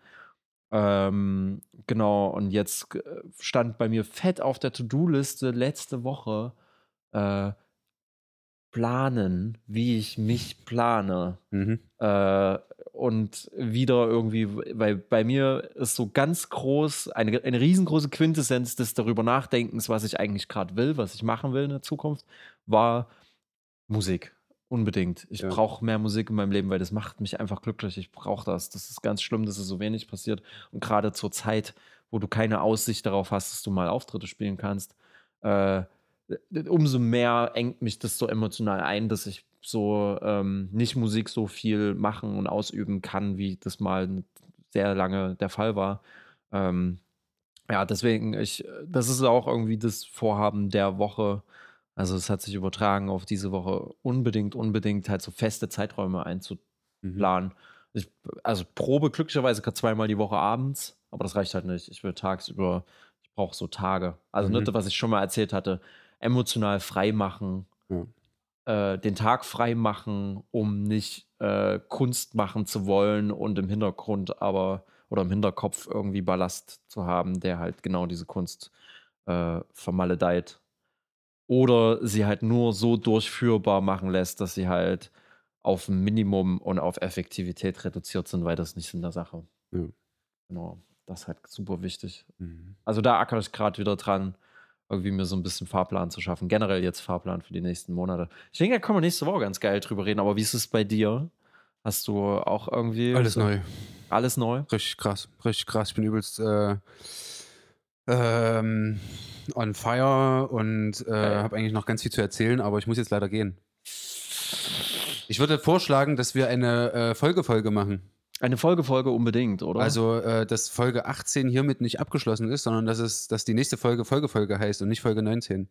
A: Genau, und jetzt stand bei mir fett auf der To-Do-Liste letzte Woche äh, planen, wie ich mich plane.
B: Mhm.
A: Äh, und wieder irgendwie, weil bei mir ist so ganz groß, eine riesengroße Quintessenz des darüber Nachdenkens, was ich eigentlich gerade will, was ich machen will in der Zukunft, war Musik. Unbedingt. Ich
B: Ja.
A: brauche mehr Musik in meinem Leben, weil das macht mich einfach glücklich. Ich brauche das. Das ist ganz schlimm, dass es so wenig passiert. Und gerade zur Zeit, wo du keine Aussicht darauf hast, dass du mal Auftritte spielen kannst, äh, umso mehr engt mich das so emotional ein, dass ich so nicht Musik so viel machen und ausüben kann, wie das mal sehr lange der Fall war. Ähm, ja, deswegen, das ist auch irgendwie das Vorhaben der Woche. Also es hat sich übertragen auf diese Woche, unbedingt halt so feste Zeiträume
B: Mhm.
A: einzuplanen. Also probe glücklicherweise gerade zweimal die Woche abends, aber das reicht halt nicht. Ich will tagsüber, ich brauche so Tage. Also nicht,
B: Mhm.
A: was ich schon mal erzählt hatte, emotional frei machen,
B: Ja.
A: den Tag frei machen, um nicht Kunst machen zu wollen und im Hintergrund aber oder im Hinterkopf irgendwie Ballast zu haben, der halt genau diese Kunst vermaledeit. Oder sie halt nur so durchführbar machen lässt, dass sie halt auf ein Minimum und auf Effektivität reduziert sind, weil das nicht Sinn der Sache.
B: Ja.
A: Genau, das ist halt super wichtig.
B: Mhm.
A: Also da ackere ich gerade wieder dran, irgendwie mir so ein bisschen Fahrplan zu schaffen. Generell jetzt Fahrplan für die nächsten Monate. Ich denke, da kann man nächste Woche ganz geil drüber reden. Aber wie ist es bei dir? Hast du auch irgendwie
B: Alles
A: so
B: neu.
A: alles neu?
B: Richtig krass. Richtig krass. Ich bin übelst ähm, on fire und
A: Geil.
B: habe eigentlich noch ganz viel zu erzählen, aber ich muss jetzt leider gehen. Ich würde vorschlagen, dass wir eine Folge machen.
A: Eine Folge unbedingt, oder?
B: Also, dass Folge 18 hiermit nicht abgeschlossen ist, sondern dass die nächste Folge heißt und nicht Folge 19.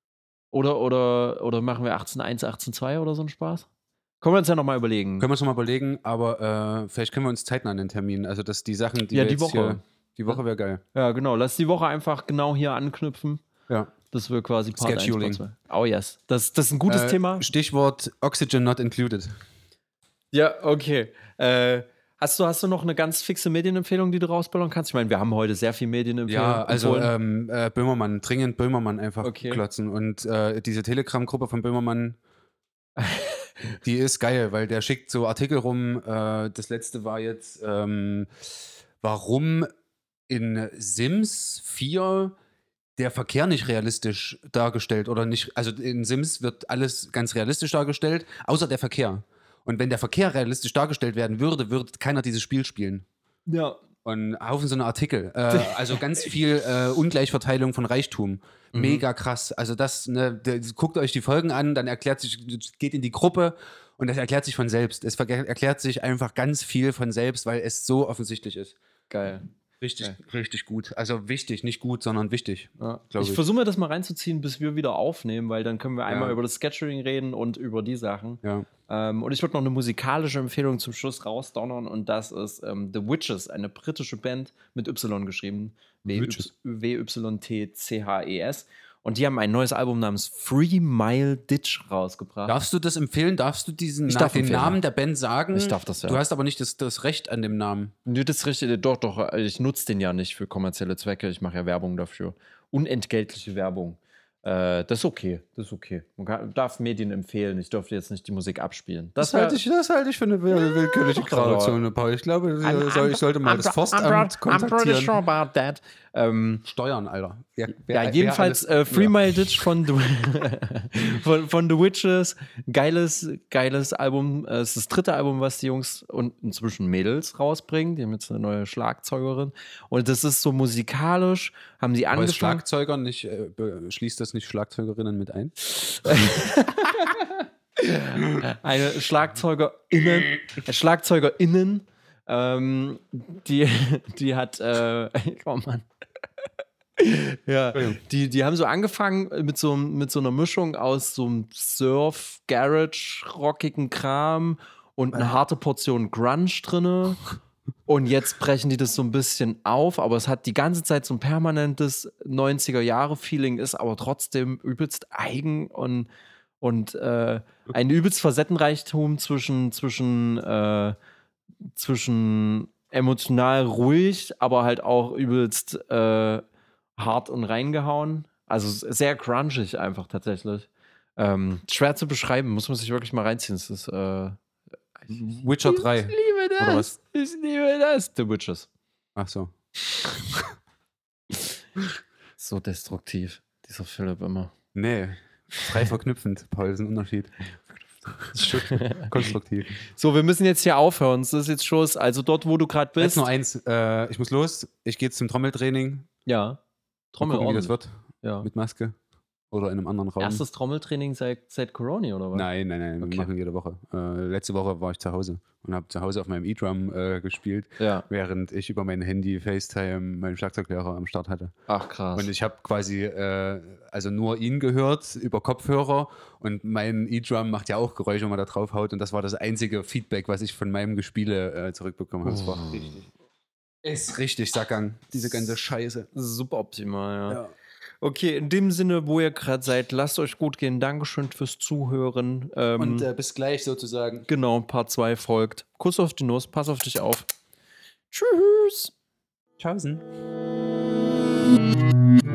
A: Oder machen wir 18.1, 18.2 oder so einen Spaß? Können wir uns ja nochmal überlegen.
B: Können wir uns nochmal überlegen, aber vielleicht können wir uns zeitnah an den Termin. Also, dass die Sachen, die wir
A: die
B: jetzt
A: Woche.
B: hier... Die Woche wäre geil.
A: Ja, genau. Lass die Woche einfach genau hier anknüpfen.
B: Ja.
A: Das wird quasi Part
B: Scheduling.
A: 1, Part 2. Oh yes. Das ist ein gutes Thema.
B: Stichwort Oxygen not included.
A: Ja, okay. Hast du noch eine ganz fixe Medienempfehlung, die du rausballern kannst? Ich meine, wir haben heute sehr viel Medienempfehlungen.
B: Ja, also Böhmermann, dringend Böhmermann einfach klotzen. Und diese Telegram-Gruppe von Böhmermann, die ist geil, weil der schickt so Artikel rum. Das letzte war jetzt, warum in Sims 4 der Verkehr nicht realistisch dargestellt oder nicht. Also in Sims wird alles ganz realistisch dargestellt, außer der Verkehr. Und wenn der Verkehr realistisch dargestellt werden würde, würde keiner dieses Spiel spielen.
A: Ja.
B: Und Haufen so eine Artikel. Also ganz viel Ungleichverteilung von Reichtum. Mega krass. Also guckt euch die Folgen an, dann geht in die Gruppe und das erklärt sich von selbst. Es erklärt sich einfach ganz viel von selbst, weil es so offensichtlich ist.
A: Geil.
B: Richtig gut. Also wichtig, nicht gut, sondern wichtig.
A: Ja. Ich versuche mir das mal reinzuziehen, bis wir wieder aufnehmen, weil dann können wir einmal über das Scheduling reden und über die Sachen.
B: Ja.
A: Und ich würde noch eine musikalische Empfehlung zum Schluss rausdonnern und das ist The Witches, eine britische Band mit Y geschrieben. W-Y-T-C-H-E-S. Und die haben ein neues Album namens 3 Mile Ditch rausgebracht.
B: Darfst du das empfehlen? Darfst du den Namen der Band sagen?
A: Ich darf das, ja.
B: Du hast aber nicht das Recht an dem Namen.
A: Nö, das Recht, doch. Ich nutze den ja nicht für kommerzielle Zwecke. Ich mache ja Werbung dafür. Unentgeltliche Werbung. Das ist okay. Man darf Medien empfehlen. Ich dürfte jetzt nicht die Musik abspielen.
B: Das halte ich für eine willkürliche Grauzone, Paul. Ich glaube, ich sollte mal das Forstamt kontaktieren. I'm pretty sure about that. Steuern, Alter.
A: Jedenfalls 3 Mile Ditch von The Witches. Geiles Album. Es ist das dritte Album, was die Jungs und inzwischen Mädels rausbringen. Die haben jetzt eine neue Schlagzeugerin. Und das ist so musikalisch. Haben sie angefangen.
B: Aber ist Schlagzeuger nicht, schließt das nicht Schlagzeugerinnen mit ein?
A: Eine Schlagzeugerinnen, die hat, oh Mann. Ja, die haben so angefangen mit so einer Mischung aus so einem Surf, Garage, rockigen Kram und eine harte Portion Grunge drinne. Und jetzt brechen die das so ein bisschen auf, aber es hat die ganze Zeit so ein permanentes 90er-Jahre-Feeling, ist aber trotzdem übelst eigen und ein übelst Facettenreichtum zwischen emotional ruhig, aber halt auch übelst hart und reingehauen. Also sehr grungig einfach tatsächlich. Schwer zu beschreiben, muss man sich wirklich mal reinziehen. Es ist
B: Witcher 3.
A: Ich liebe das.
B: Oder was?
A: Ich liebe das. The Witches.
B: Ach so.
A: So destruktiv, dieser Philipp immer.
B: Nee, frei verknüpfend, Paul, ist ein Unterschied. Konstruktiv.
A: So, wir müssen jetzt hier aufhören. Das ist jetzt Schluss. Also dort, wo du gerade bist.
B: Jetzt nur eins. Ich muss los. Ich gehe jetzt zum Trommeltraining.
A: Ja.
B: Trommelorden. Wie das wird.
A: Ja.
B: Mit Maske. Oder in einem anderen Raum.
A: Erstes Trommeltraining seit Corona, oder was?
B: Nein. Okay. Wir machen jede Woche. Letzte Woche war ich zu Hause und habe zu Hause auf meinem E-Drum gespielt, während ich über mein Handy FaceTime meinen Schlagzeuglehrer am Start hatte.
A: Ach, krass.
B: Und ich habe quasi also nur ihn gehört über Kopfhörer und mein E-Drum macht ja auch Geräusche, wenn man da drauf haut und das war das einzige Feedback, was ich von meinem Gespiele zurückbekommen habe. Das war richtig Sackgang, diese ganze Scheiße.
A: Super optimal, ja. Okay, in dem Sinne, wo ihr gerade seid, lasst euch gut gehen. Dankeschön fürs Zuhören.
B: Und bis gleich sozusagen.
A: Genau, Part 2 folgt. Kuss auf die Nuss, pass auf dich auf. Tschüss.
B: Tschaußen.